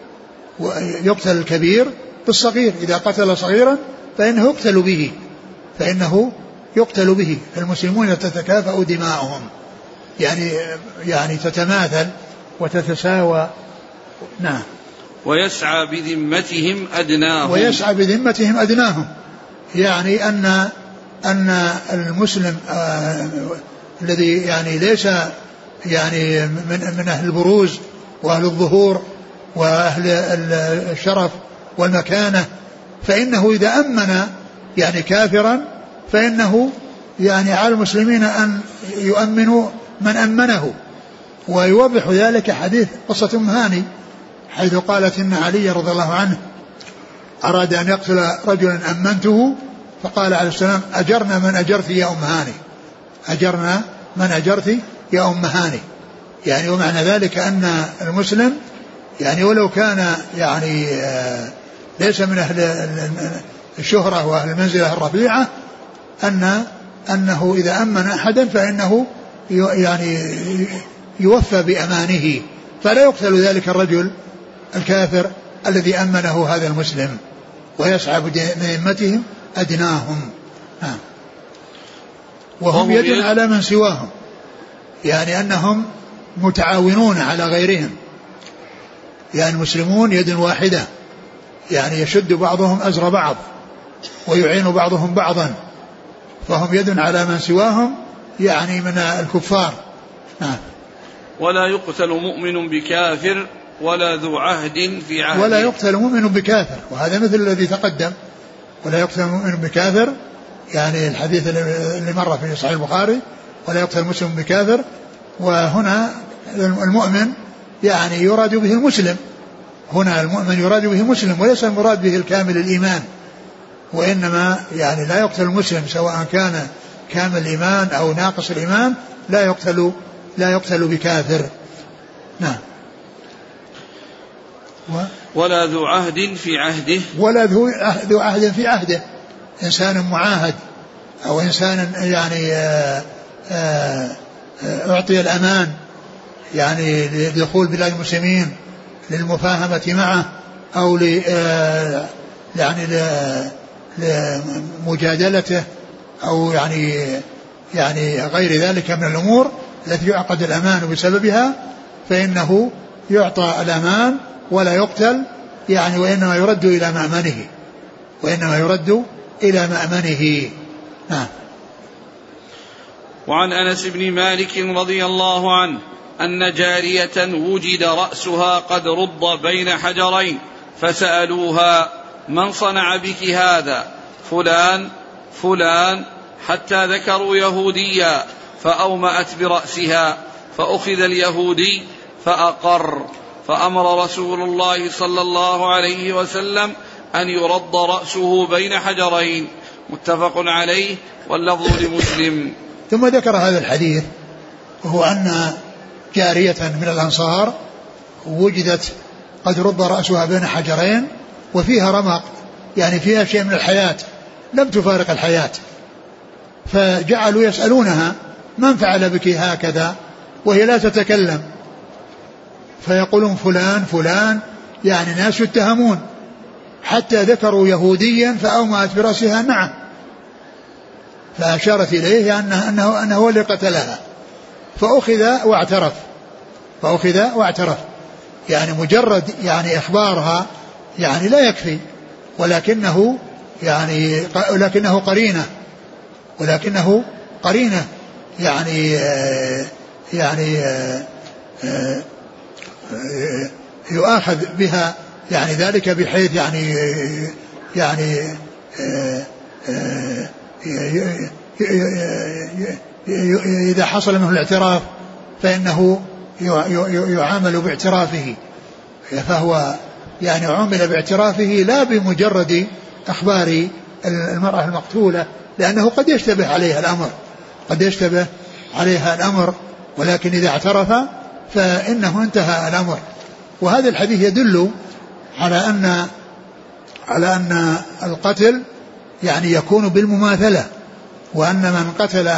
ويقتل الكبير بالصغير، إذا قتل صغيرا فإنه يقتل به فإنه يقتل به. المسلمون تتكافأ دماؤهم يعني يعني تتماثل وتتساوى. نعم. ويسعى بذمتهم أدناهم ويسعى بذمتهم أدناهم يعني أن أن المسلم آه الذي يعني ليس يعني من من أهل البروز وأهل الظهور وأهل الشرف والمكانة فإنه إذا أمن يعني كافرا فإنه يعني على المسلمين أن يؤمنوا من أمنه. ويوضح ذلك حديث قصة أم هاني حيث قالت إن علي رضي الله عنه أراد أن يقتل رجلا أمنته فقال عليه السلام أجرنا من أجرت يا أم هاني، أجرنا من أجرت يا أم هاني. يعني ومعنى ذلك أن المسلم يعني ولو كان يعني ليس من أهل الشهرة وأهل المنزلة الرفيعة أن أنه إذا أمن أحدا فإنه يعني يوفى بأمانه، فلا يقتل ذلك الرجل الكافر الذي أمنه هذا المسلم، ويسعى بذمتهم أدناهم. وهم يد على من سواهم، يعني أنهم متعاونون على غيرهم، يعني المسلمون يد واحدة، يعني يشد بعضهم أزر بعض ويعين بعضهم بعضا، فهم يد على من سواهم يعني من الكفار. نعم. ولا يقتل مؤمن بكافر ولا ذو عهد في عهد. ولا يقتل مؤمن بكافر، وهذا مثل الذي تقدم. ولا يقتل مؤمن بكافر، يعني الحديث اللي مر في صحيح البخاري ولا يقتل مسلم بكافر. وهنا المؤمن يعني يراد به المسلم، هنا المؤمن يراد به مسلم وليس المراد به الكامل الإيمان، وإنما يعني لا يقتل المسلم سواء كان كامل الإيمان أو ناقص الإيمان، لا يقتل لا يقتل بكافر. نعم. و ولا ذو عهد في عهده. ولا ذو عهد في عهده، إنسان معاهد أو إنسان يعني آآ آآ أعطي الأمان يعني لدخول بلاد المسلمين للمفاهمة معه أو ل يعني لمجادلته أو يعني يعني غير ذلك من الأمور التي يعقد الأمان بسببها، فإنه يعطى الأمان ولا يقتل، يعني وإنما يرد إلى مأمنه وإنما يرد إلى مأمنه. نعم. وعن أنس بن مالك رضي الله عنه أن جارية وجد رأسها قد رد بين حجرين فسألوها: من صنع بك هذا؟ فلان فلان، حتى ذكروا يهوديا فأومأت برأسها، فأخذ اليهودي فأقر، فأمر رسول الله صلى الله عليه وسلم أن يرد رأسه بين حجرين. متفق عليه واللفظ لمسلم. ثم ذكر هذا الحديث، وهو أن جارية من الأنصار وجدت قد رد رأسها بين حجرين وفيها رمق، يعني فيها شيء من الحياة لم تفارق الحياة، فجعلوا يسألونها: من فعل بك هكذا؟ وهي لا تتكلم، فيقولون فلان فلان، يعني ناس يتهمون، حتى ذكروا يهوديا فأومأت برأسها معه، فأشارت إليه أنه, أنه, أنه هو اللي قتلها، فأخذ واعترف فأخذ واعترف يعني مجرد يعني إخبارها يعني لا يكفي، ولكنه يعني ولكنه قرينة ولكنه قرينة يعني يعني يؤاخذ بها يعني ذلك، بحيث يعني يعني إذا حصل منه الاعتراف فإنه يعامل باعترافه، فهو يعني عمل باعترافه لا بمجرد أخبار المرأة المقتولة، لأنه قد يشتبه عليها الأمر قد يشتبه عليها الأمر ولكن إذا اعترف فإنه انتهى الأمر. وهذا الحديث يدل على أن على أن القتل يعني يكون بالمماثلة، وأن من قتل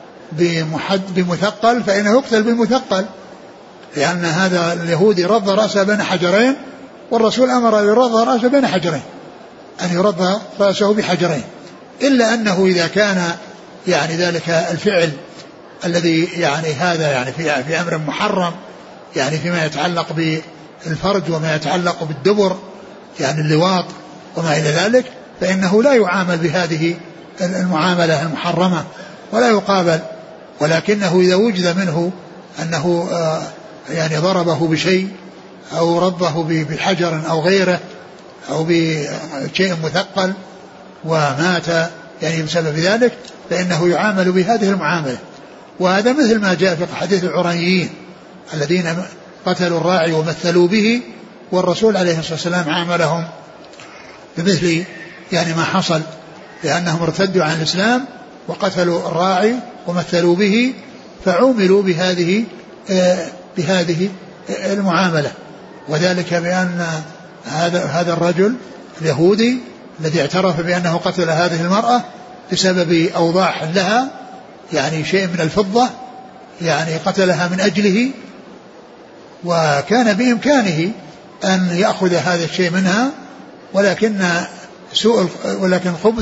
بمثقل فإنه يقتل بالمثقل، لأن هذا اليهودي رد رأسه بين حجرين، والرسول أمر يرد رأسه بين حجرين، أن يرد رأسه بحجرين، إلا أنه إذا كان يعني ذلك الفعل الذي يعني هذا يعني في, في أمر محرم، يعني فيما يتعلق بالفرج وما يتعلق بالدبر يعني اللواط وما إلى ذلك، فإنه لا يعامل بهذه المعاملة المحرمة ولا يقابل، ولكنه إذا وجد منه أنه يعني ضربه بشيء أو ربه بحجر أو غيره أو بشيء مثقل ومات يعني بسبب ذلك، فإنه يعامل بهذه المعاملة. وهذا مثل ما جاء في حديث العريين الذين قتلوا الراعي ومثلوا به، والرسول عليه الصلاة والسلام عاملهم بمثل يعني ما حصل، لأنهم ارتدوا عن الإسلام وقتلوا الراعي ومثلوا به، فعوملوا بهذه بهذه المعاملة. وذلك بأن هذا هذا الرجل اليهودي الذي اعترف بأنه قتل هذه المرأة بسبب أوضاح لها، يعني شيء من الفضة، يعني قتلها من أجله، وكان بإمكانه أن يأخذ هذا الشيء منها، ولكن سوء ولكن الخبث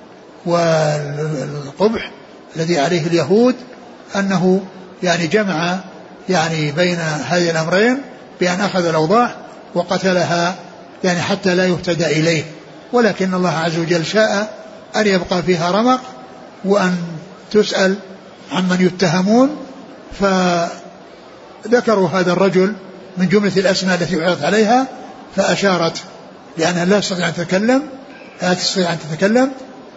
والقبح الذي عليه اليهود أنه يعني جمع يعني بين هذه الأمرين بأن أخذ الأوضاع وقتلها يعني حتى لا يهتدى إليه. ولكن الله عز وجل شاء أن يبقى فيها رمق وأن تسأل عمن يتهمون، فذكروا هذا الرجل من جملة الأسماء التي عرضت عليها، فأشارت لأنها لا تستطيع أن تتكلم لا تستطيع أن تتكلم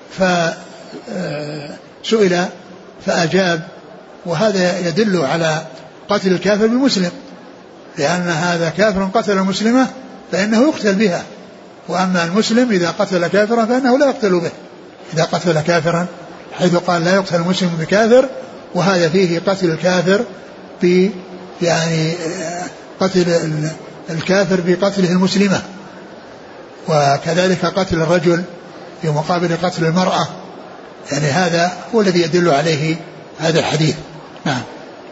فسئل فأجاب. وهذا يدل على قتل الكافر بالمسلم، لأن هذا كافر قتل مسلمة فإنه يقتل بها، وأما المسلم إذا قتل كافرا فإنه لا يقتل به. إذا قتل كافرا حيث قال لا يقتل المسلم بكافر، وهذا فيه قتل الكافر ب يعني قتل الكافر بقتله المسلمة، وكذلك قتل الرجل في مقابل قتل المرأة. يعني هذا هو الذي يدل عليه هذا الحديث. نعم.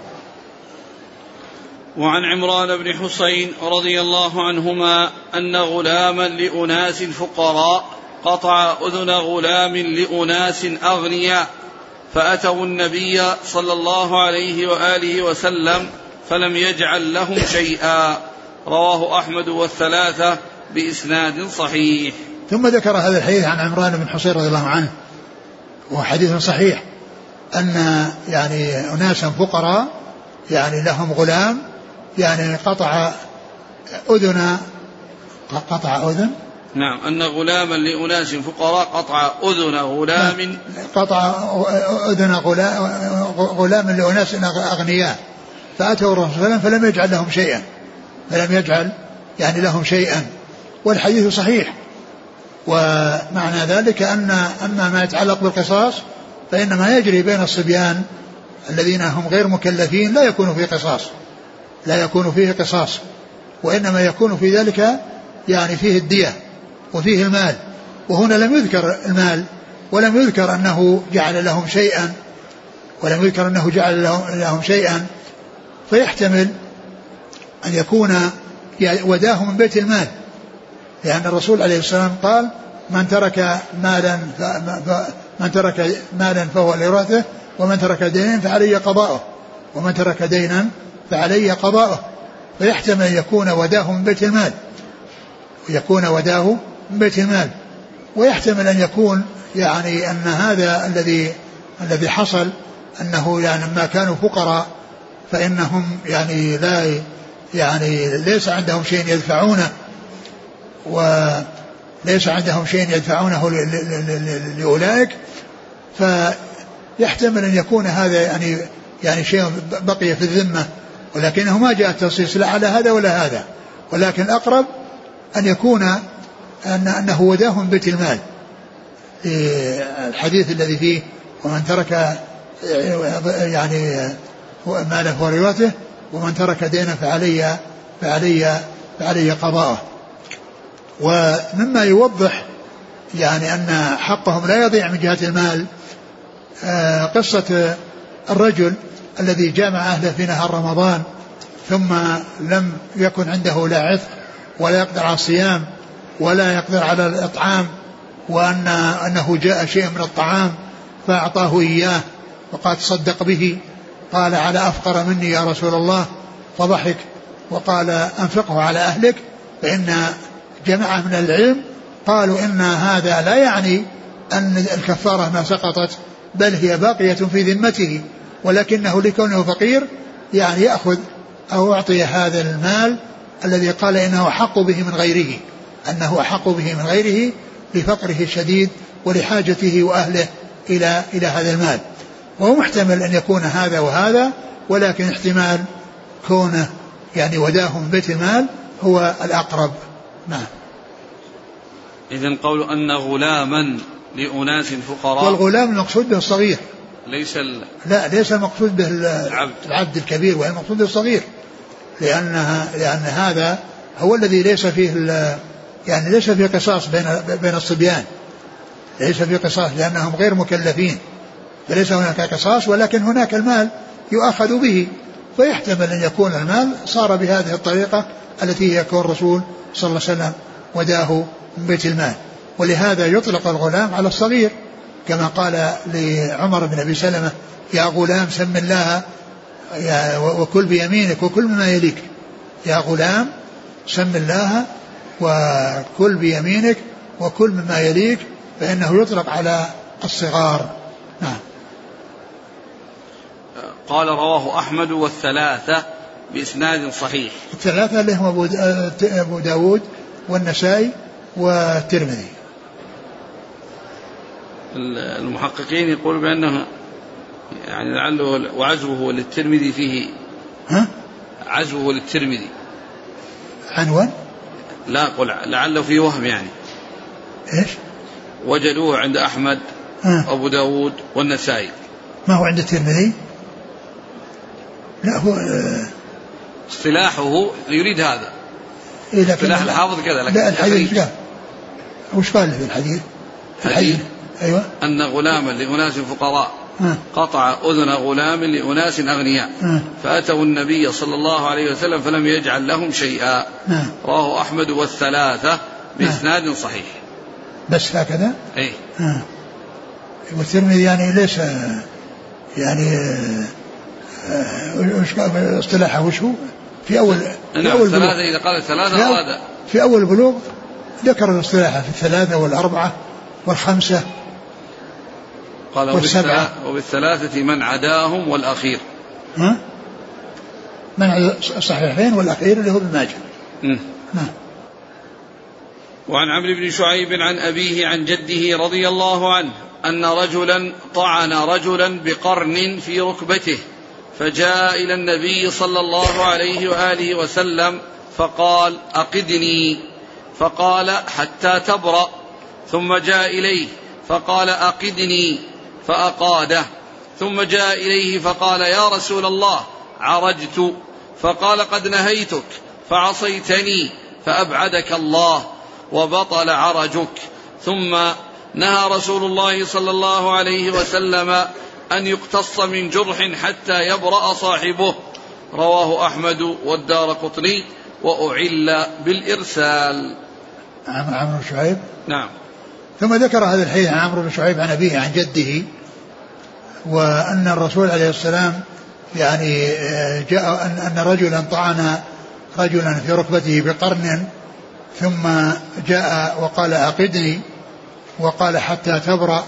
وعن عمران بن حسين رضي الله عنهما أن غلاما لأناس فقراء قطع أذن غلام لأناس أغنياء، فأتوا النبي صلى الله عليه وآله وسلم فلم يجعل لهم شيئا. رواه أحمد والثلاثة بإسناد صحيح. ثم ذكر هذا الحديث عن عمران بن حسين رضي الله عنه، وحديث صحيح، أن يعني أناسا فقراء يعني لهم غلام يعني قطع أذن قطع أذن نعم أن غلاما لأناس فقراء قطع أذن غلام قطع أذن غلام لأناس أغنياء، فأتوا الرسول صلى الله عليه وسلم فلم يجعل لهم شيئا فلم يجعل يعني لهم شيئا. والحديث صحيح. ومعنى ذلك أن أما ما يتعلق بالقصاص فإنما يجري بين الصبيان الذين هم غير مكلفين لا يكون فيه قصاص لا يكون فيه قصاص وإنما يكون في ذلك يعني فيه الدية وفيه المال. وهنا لم يذكر المال ولم يذكر أنه جعل لهم شيئا ولم يذكر أنه جعل لهم شيئا فيحتمل أن يكون وداه من بيت المال، لأن الرسول عليه السلام قال من ترك مالا من ترك مالا فهو لورثه ومن ترك دينا فعلي قضاؤه ومن ترك دينا فعلي قضاؤه. فيحتمل أن يكون وداه من بيت المال ويكون وداه من بيت المال ويحتمل أن يكون يعني أن هذا الذي الذي حصل أنه يعني ما كانوا فقراء فإنهم يعني لا يعني ليس عندهم شيء يدفعونه وليس عندهم شيء يدفعونه لأولئك، فيحتمل أن يكون هذا يعني يعني شيء بقي في الذمة ولكنه ما جاء التنصيص لا على هذا ولا هذا، ولكن الأقرب أن يكون أن أنه وداه من بيت المال، الحديث الذي فيه ومن ترك يعني ماله ورثته ومن ترك دينا فعلي فعلي فعلي قضاءه. ومما يوضح يعني أن حقهم لا يضيع من جهة المال قصة الرجل الذي جامع أهله في نهار رمضان ثم لم يكن عنده لا عتق ولا يقدر على الصيام ولا يقدر على الإطعام، وأن أنه جاء شيء من الطعام فأعطاه إياه وقال تصدق به، قال على أفقر مني يا رسول الله، فضحك وقال أنفقه على أهلك. فإن جماعة من العلم قالوا إن هذا لا يعني أن الكفارة ما سقطت بل هي باقية في ذمته، ولكنه لكونه فقير يعني يأخذ أو أعطي هذا المال الذي قال إنه أحق به من غيره أنه أحق به من غيره لفقره الشديد ولحاجته وأهله إلى إلى هذا المال. وهو محتمل أن يكون هذا وهذا، ولكن احتمال كونه يعني وداه من بيت المال هو الأقرب. نعم. إذن قول أن غلاما لأناس فقراء، والغلام المقصود به الصغير ليس ال... لا ليس المقصود به العبد, العبد الكبير، وهي المقصود الصغير، لأنها لأن هذا هو الذي ليس فيه يعني ليس فيه قصاص بين بين الصبيان، ليس فيه قصاص لأنهم غير مكلفين، فليس هناك قصاص، ولكن هناك المال يؤخذ به، فيحتمل أن يكون المال صار بهذه الطريقة التي يكون الرسول صلى الله عليه وسلم وداه من بيت المال. ولهذا يطلق الغلام على الصغير، كما قال لعمر بن أبي سلمة: يا غلام سم الله وكل بيمينك وكل مما يليك، يا غلام سم الله وكل بيمينك وكل مما يليك، فإنه يطلق على الصغار. نعم. قال: رواه أحمد والثلاثة بإسناد صحيح. الثلاثة اللي هم أبو داود والنسائي والترمذي. المحققين يقول بأنه يعني لعله وعزوه للترمذي فيه ها؟ عزوه للترمذي عنوان؟ لا قل لعله فيه وهم يعني. إيش؟ وجدوه عند أحمد أبو داود والنسائي. ما هو عند الترمذي؟ لا هو اصطلاحه يريد هذا. إيه اصطلاح الحافظ كذا. لكن لا الحديث لا. وش قال في الحديث؟ الحديث أيوة. أن غلاما لأناس فقراء قطع أذن غلام لأناس أغنياء فأتوا النبي صلى الله عليه وسلم فلم يجعل لهم شيئا. رواه أحمد والثلاثة بإسناد صحيح. بس هكذا؟ أي. والترمذي يعني ليس يعني وش اصطلاحه وش هو؟ في أول في أول ثلاثة إذا قال ثلاثة أراد في أول بلوغ ذكر الاصطلاح في الثلاثة والأربعة والخمسة قال والسبعة وبالثلاثة من عداهم والأخير. ها؟ من الصحيحين والأخير اللي هو ابن ماجه. نعم. وعن عمرو بن شعيب عن أبيه عن جده رضي الله عنه أن رجلا طعن رجلا بقرن في ركبته فجاء إلى النبي صلى الله عليه وآله وسلم فقال: أقدني، فقال: حتى تبرأ. ثم جاء إليه فقال: أقدني، فأقاده. ثم جاء إليه فقال: يا رسول الله عرجت. فقال: قد نهيتك فعصيتني فأبعدك الله وبطل عرجك. ثم نهى رسول الله صلى الله عليه وسلم أن يقتص من جرح حتى يبرأ صاحبه. رواه أحمد والدارقطني وأعل بالإرسال. عمرو بن شعيب. نعم. ثم ذكر هذا الحديث عن عمرو بن شعيب عن أبيه عن جده، وأن الرسول عليه السلام يعني جاء أن رجلا طعن رجلا في ركبته بقرن ثم جاء وقال: أقدني، وقال: حتى تبرأ،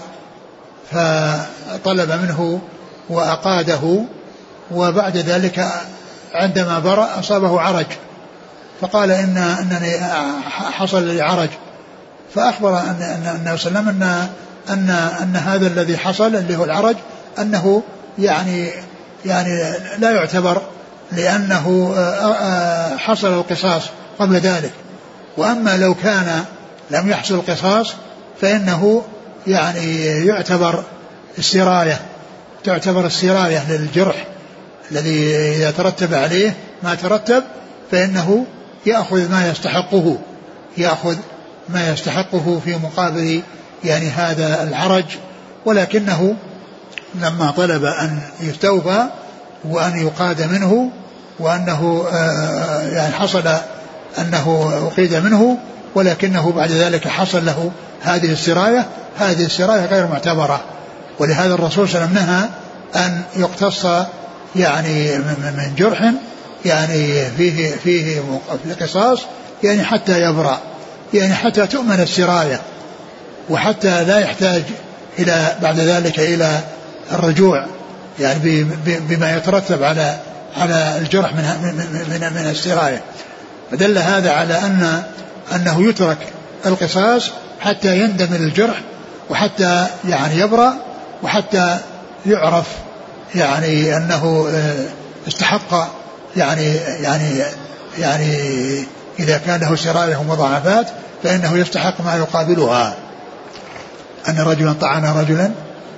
فطلب منه وأقاده، وبعد ذلك عندما برأ أصابه عرج، فقال: إن أنني حصل لي عرج، فأخبر أن النبي صلى الله عليه وسلم أن أن أن هذا الذي حصل اللي هو العرج أنه يعني يعني لا يعتبر، لأنه حصل القصاص قبل ذلك، وأما لو كان لم يحصل القصاص فإنه يعني يعتبر السراية، تعتبر السراية للجرح الذي إذا ترتب عليه ما ترتب فإنه يأخذ ما يستحقه، يأخذ ما يستحقه في مقابل يعني هذا العرج. ولكنه لما طلب أن يستوفى وأن يقاد منه وأنه يعني حصل أنه أقيد منه، ولكنه بعد ذلك حصل له هذه السراية، هذه السراية غير معتبرة. ولهذا الرسول صلى الله عليه وسلم نهى أن يقتص يعني من جرح يعني فيه فيه قصاص، يعني حتى يبرأ، يعني حتى تؤمن السراية، وحتى لا يحتاج إلى بعد ذلك إلى الرجوع يعني بما يترتب على على الجرح من من من السراية. فدل هذا على أن أنه يترك القصاص حتى يندمل الجرح، وحتى يعني يبرأ، وحتى يعرف يعني أنه استحق يعني يعني يعني إذا كان له سراية ومضاعفات فإنه يستحق ما يقابلها. أن رجلا طعن رجلا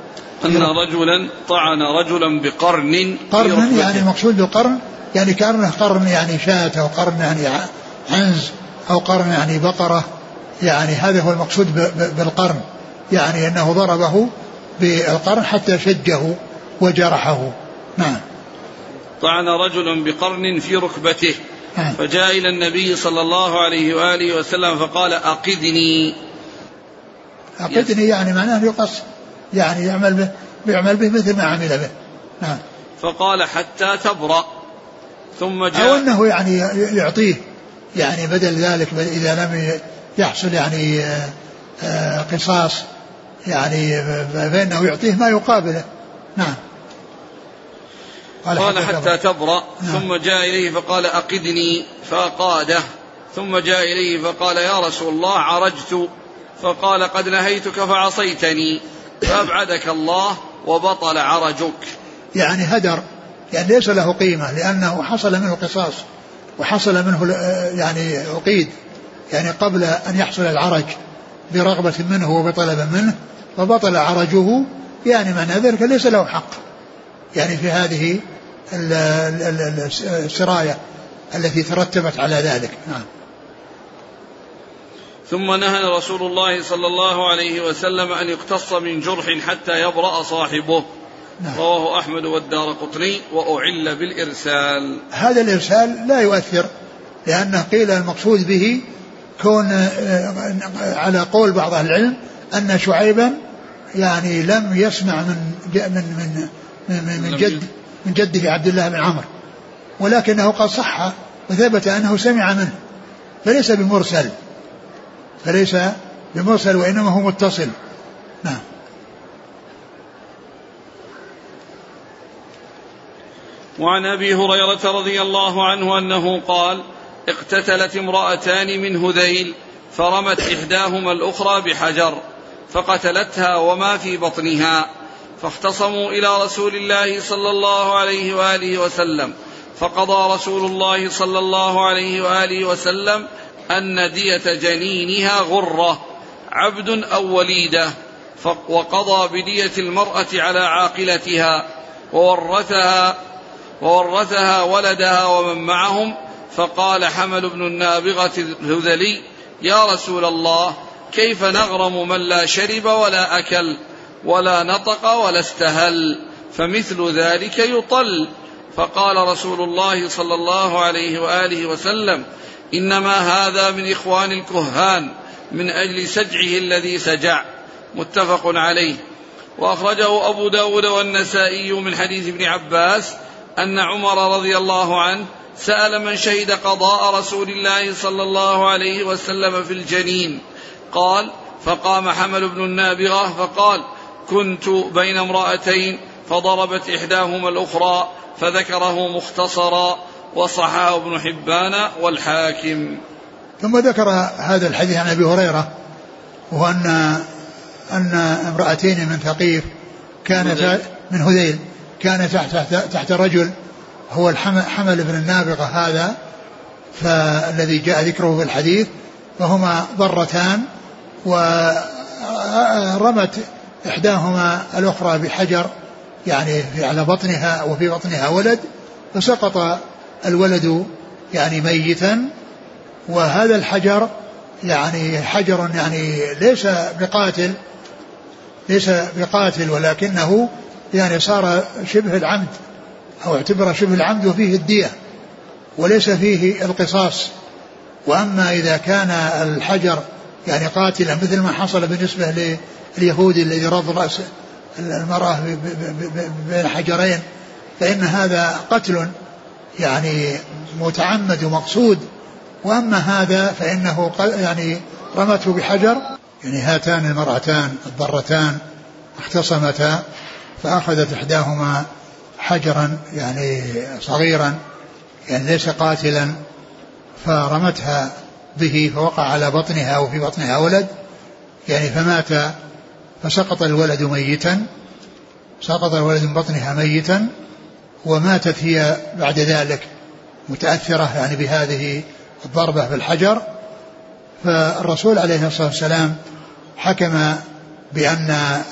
أن رجلا طعن رجلا بقرن. قرن يعني المقصود بقرن يعني كأنه قرن يعني شاة أو قرن يعني عنز أو قرن يعني بقرة، يعني هذا هو المقصود بالقرن، يعني أنه ضربه بالقرن حتى شجه وجرحه. نعم. طعن رجل بقرن في ركبته نعم. فجاء إلى النبي صلى الله عليه وآله وسلم فقال أقدني. أقدني يعني معناه يقص، يعني يعمل به يعمل به مثل ما عمل به. نعم. فقال حتى تبرأ. ثم جاء أو أنه يعني يعطيه يعني بدل ذلك إذا لم يحصل يعني قصاص يعني فإنه يعطيه ما يقابله. نعم. قال, قال حتى, حتى تبرأ. نعم. ثم جاء إليه فقال أقدني فأقاده. ثم جاء إليه فقال يا رسول الله عرجت. فقال قد نهيتك فعصيتني فأبعدك الله وبطل عرجك. يعني هدر، يعني ليس له قيمة لأنه حصل منه قصاص وحصل منه يعني عقيد يعني قبل أن يحصل العرج برغبة منه وبطلب منه فبطل عرجه، يعني معنى ذلك ليس له حق يعني في هذه السراية التي ترتبت على ذلك. نعم. ثم نهى رسول الله صلى الله عليه وسلم أن يقتص من جرح حتى يبرأ صاحبه. نعم. رواه أحمد والدارقطني وأعل بالإرسال. هذا الإرسال لا يؤثر لأنه قيل المقصود به كون على قول بعض أهل العلم أن شعيبا يعني لم يسمع من من من من جد من جده عبد الله بن عمرو، ولكنه قد صح وثبت أنه سمع منه فليس بمرسل فليس بمرسل وإنما هو متصل. نعم. وعن أبي هريرة رضي الله عنه أنه قال اقتتلت امرأتان من هذيل فرمت إحداهما الأخرى بحجر فقتلتها وما في بطنها، فاختصموا إلى رسول الله صلى الله عليه وآله وسلم، فقضى رسول الله صلى الله عليه وآله وسلم أن دية جنينها غرة عبد أو وليدة، وقضى بدية المرأة على عاقلتها وورثها وورثها ولدها ومن معهم. فقال حمل بن النابغة الهذلي يا رسول الله كيف نغرم من لا شرب ولا أكل ولا نطق ولا استهل، فمثل ذلك يطل. فقال رسول الله صلى الله عليه وآله وسلم إنما هذا من إخوان الكهان من أجل سجعه الذي سجع. متفق عليه. وأخرجه أبو داود والنسائي من حديث ابن عباس أن عمر رضي الله عنه سأل من شهد قضاء رسول الله صلى الله عليه وسلم في الجنين، قال فقام حمل بن النابغة فقال كنت بين امرأتين فضربت إحداهما الأخرى، فذكره مختصرا وصححه ابن حبان والحاكم. ثم ذكر هذا الحديث عن أبي هريرة وهو أن أن امرأتين من ثقيف كانت من هذيل كان تحت, تحت رجل هو الحمل بن النابغة هذا فالذي جاء ذكره في الحديث، فهما ضرتان ورمت إحداهما الأخرى بحجر يعني على بطنها وفي بطنها ولد، فسقط الولد يعني ميتا. وهذا الحجر يعني حجر يعني ليس بقاتل ليس بقاتل ولكنه يعني صار شبه العمد أو اعتبر شبه العمد وفيه الدية وليس فيه القصاص. وأما إذا كان الحجر يعني قاتلا مثل ما حصل بالنسبة لليهودي الذي رض رأس المرأة بين حجرين فإن هذا قتل يعني متعمد ومقصود. وأما هذا فإنه يعني رمته بحجر. يعني هاتان المرأتان الضرتان اختصمتا فأخذت إحداهما حجرا يعني صغيرا يعني ليس قاتلا فرمتها به فوقع على بطنها وفي بطنها ولد يعني فمات، فسقط الولد ميتا سقط الولد من بطنها ميتا وماتت هي بعد ذلك متأثرة يعني بهذه الضربة بالحجر. فالرسول عليه الصلاة والسلام حكم بأن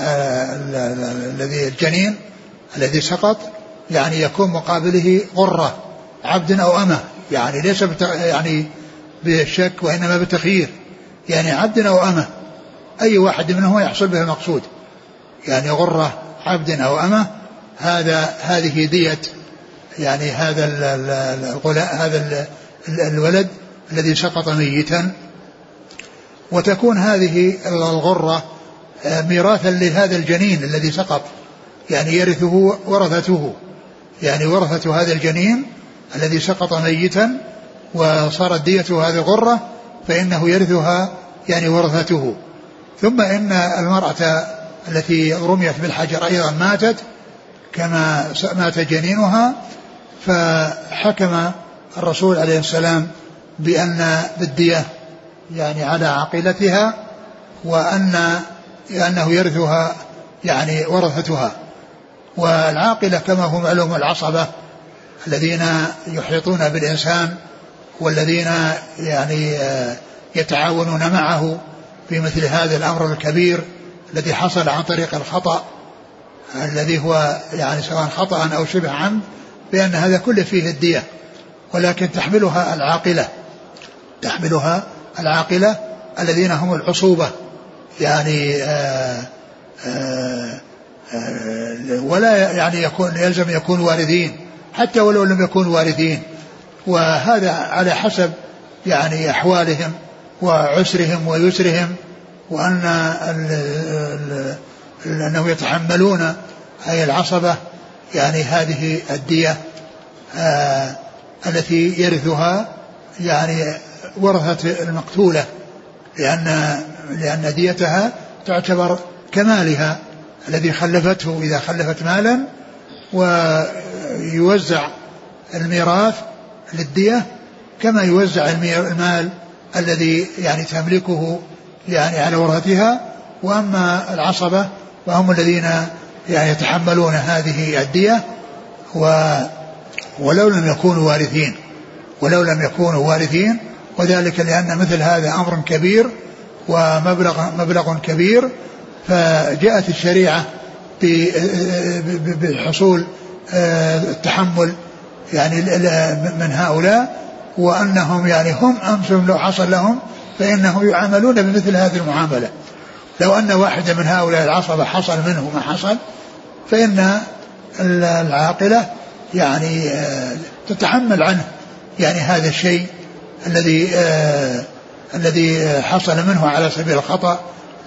الذي الجنين الذي سقط يعني يكون مقابله غرة عبد أو أمة، يعني ليس يعني بالشك وإنما بالتخيير، يعني عبد أو أمة أي واحد منهم يحصل به المقصود، يعني غرة عبد أو أمة هذا هذه دية يعني هذا الغلاء هذا الولد الذي سقط ميتا. وتكون هذه الغرة ميراثا لهذا الجنين الذي سقط، يعني يرثه ورثته، يعني ورثة هذا الجنين الذي سقط ميتا وصارت ديته هذه الغرة فإنه يرثها يعني ورثته. ثم إن المرأة التي رميت بالحجر أيضا ماتت كما مات جنينها، فحكم الرسول عليه السلام بأن بالدية يعني على عاقلتها، وأن أنه يرثها يعني ورثتها. والعاقلة كما هو معلوم العصبة الذين يحيطون بالإنسان والذين يعني يتعاونون معه في مثل هذا الأمر الكبير الذي حصل عن طريق الخطأ الذي هو يعني سواء خطأ أو شبه عمد، بأن هذا كله فيه الدية، ولكن تحملها العاقلة تحملها العاقلة الذين هم العصوبة، يعني آآ آآ آآ ولا يعني يكون يلزم يكون وارثين حتى ولو لم يكونوا وارثين، وهذا على حسب يعني أحوالهم وعسرهم ويسرهم، وأن أنهم يتحملون أي العصبة يعني هذه الدية التي يرثها يعني ورثة المقتولة، لأن لأن ديتها تعتبر كمالها الذي خلفته إذا خلفت مالا، ويوزع الميراث للدية كما يوزع المال الذي يعني تملكه يعني على ورثتها. وأما العصبة وهم الذين يعني يتحملون هذه الدية ولو لم يكونوا وارثين ولو لم يكونوا وارثين وذلك لأن مثل هذا أمر كبير ومبلغ مبلغ كبير، فجاءت الشريعة بحصول التحمل يعني من هؤلاء، وأنهم يعني هم أنفسهم لو حصل لهم فإنهم يعاملون بمثل هذه المعاملة. لو أن واحد من هؤلاء العصبة حصل منه ما حصل فإن العاقلة يعني تتحمل عنه يعني هذا الشيء الذي آه الذي حصل منه على سبيل الخطأ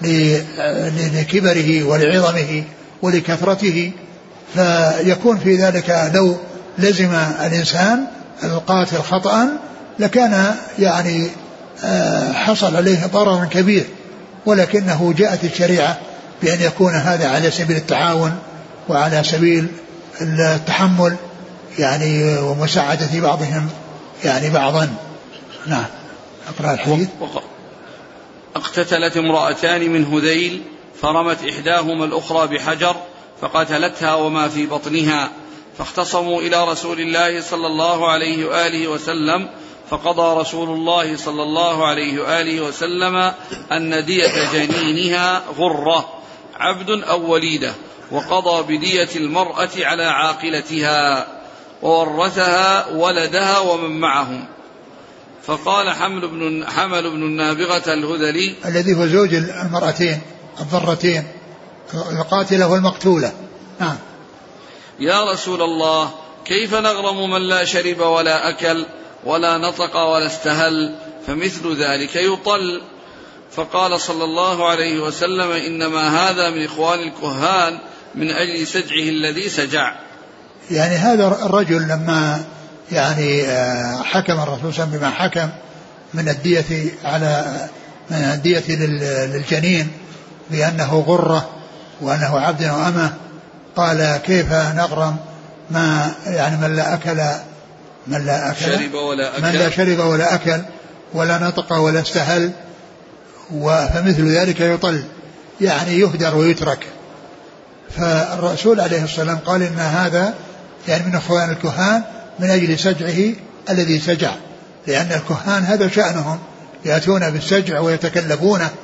لكبره ولعظمه ولكثرته، فيكون في ذلك لو لزم الإنسان القاتل خطأ لكان يعني آه حصل عليه ضرر كبير، ولكنه جاءت الشريعة بأن يكون هذا على سبيل التعاون وعلى سبيل التحمل يعني ومساعدة بعضهم يعني بعضا. نعم. أقرأ الحديث. اقتتلت امرأتان من هذيل فرمت إحداهما الأخرى بحجر فقتلتها وما في بطنها، فاختصموا إلى رسول الله صلى الله عليه وآله وسلم، فقضى رسول الله صلى الله عليه وآله وسلم أن دية جنينها غرة عبد أو وليدة، وقضى بدية المرأة على عاقلتها، وورثها ولدها ومن معهم. فقال حمل بن حمل بن النابغة الهذلي الذي هو زوج المرأتين الضرتين القاتلة والمقتولة: نعم يا رسول الله، كيف نغرم من لا شرب ولا أكل ولا نطق ولا استهل، فمثل ذلك يطل. فقال صلى الله عليه وسلم: إنما هذا من إخوان الكهان من أجل سجعه الذي سجع. يعني هذا الرجل لما يعني حكم الرسول صلى الله عليه وسلم بما حكم من الدية على من الدية للجنين بأنه غرة وأنه عبد وأمة، قال: كيف نغرم ما يعني من لا أكل من لا أكل شرب ولا أكل من لا شرب ولا أكل ولا نطق ولا استهل، فمثل ذلك يطل يعني يهدر ويترك. فالرسول عليه الصلاة والسلام قال إن هذا يعني من إخوان الكهان من أجل سجعه الذي سجع، لأن الكهان هذا شأنهم، يأتون بالسجع ويتكلفونه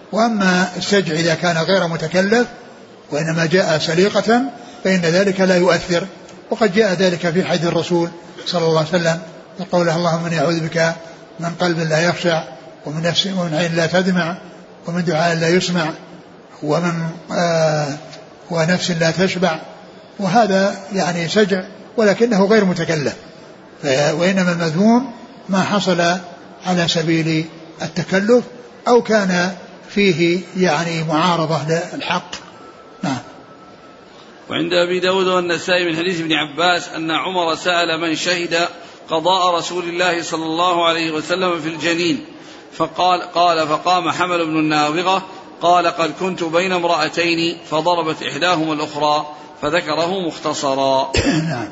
وأما السجع إذا كان غير متكلف وإنما جاء سليقة فإن ذلك لا يؤثر. وقد جاء ذلك في حديث الرسول صلى الله عليه وسلم قوله اللهم إني أعوذ بك من قلب لا يخشع ومن نفس ومن عين لا تدمع ومن دعاء لا يسمع ومن آه ونفس لا تشبع. وهذا يعني سجع ولكنه غير متكلف. وإنما المذموم ما حصل على سبيل التكلف أو كان فيه يعني معارضة للحق. نعم. وعند أبي داود والنسائي من حديث ابن عباس أن عمر سأل من شهد قضاء رسول الله صلى الله عليه وسلم في الجنين فقال قال فقام حمل بن النابغة قال قد كنت بين امرأتين فضربت إحداهما الأخرى فذكره مختصرا. نعم.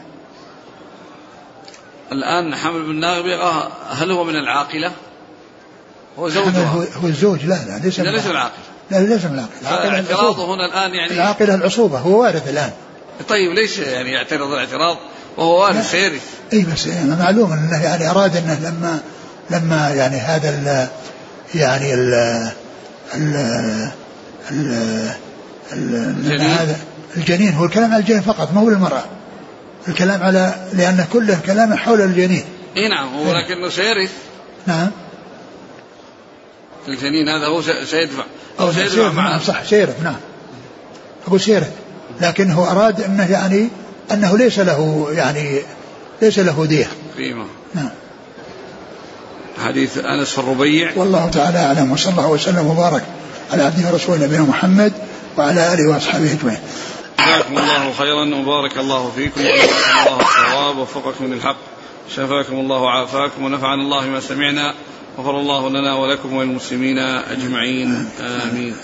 الآن حمل بن النابغة هل هو من العاقلة؟ هو زوجها هو الزوج. لا لا ليس من العاقلة. لا ليس من العاقلة. اعتراضه هنا الآن يعني العاقلة العصوبة هو وارث الآن. طيب ليش يعني يعترض الاعتراض وهو وارث سيرث؟ اي بس يعني معلوم انه يعني اراد انه لما لما يعني هذا ال يعني ال ال ال هذا الجنين هو الكلام على الجنين فقط ما هو المرأة. الكلام على لأن كله كلام حول الجنين. اي نعم ولكنه سيرث. نعم. الجنين هذا هو سيدفع أو سيدفع معه. صح سيرث. نعم أقول سيرث لكنه أراد أنه يعني أنه ليس له يعني ليس له دية. فيما. نعم. حديث أنس الربيع. والله تعالى أعلم وصلى الله وسلم وبارك على عبده ورسوله نبينا محمد وعلى آله وأصحابه أجمعين. جزاكم الله خيرا وبارك الله فيكم وجزاكم الله الصواب ووفقكم للحق شفاكم الله وعافاكم ونفعنا الله ما سمعنا غفر الله لنا ولكم وللمسلمين أجمعين آمين.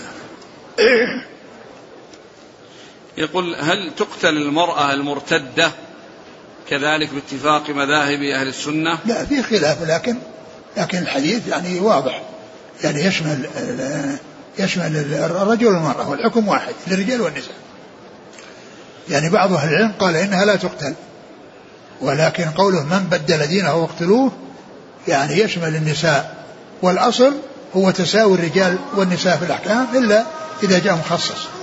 يقول هل تقتل المرأة المرتدة كذلك باتفاق مذاهب أهل السنة؟ لا في خلاف لكن لكن الحديث يعني واضح يعني يشمل يشمل الرجل والمرأة والحكم واحد للرجال والنساء. يعني بعض أهل العلم قال إنها لا تقتل ولكن قوله من بدل دينه واقتلوه يعني يشمل النساء والأصل هو تساوي الرجال والنساء في الأحكام إلا إذا جاء مخصص.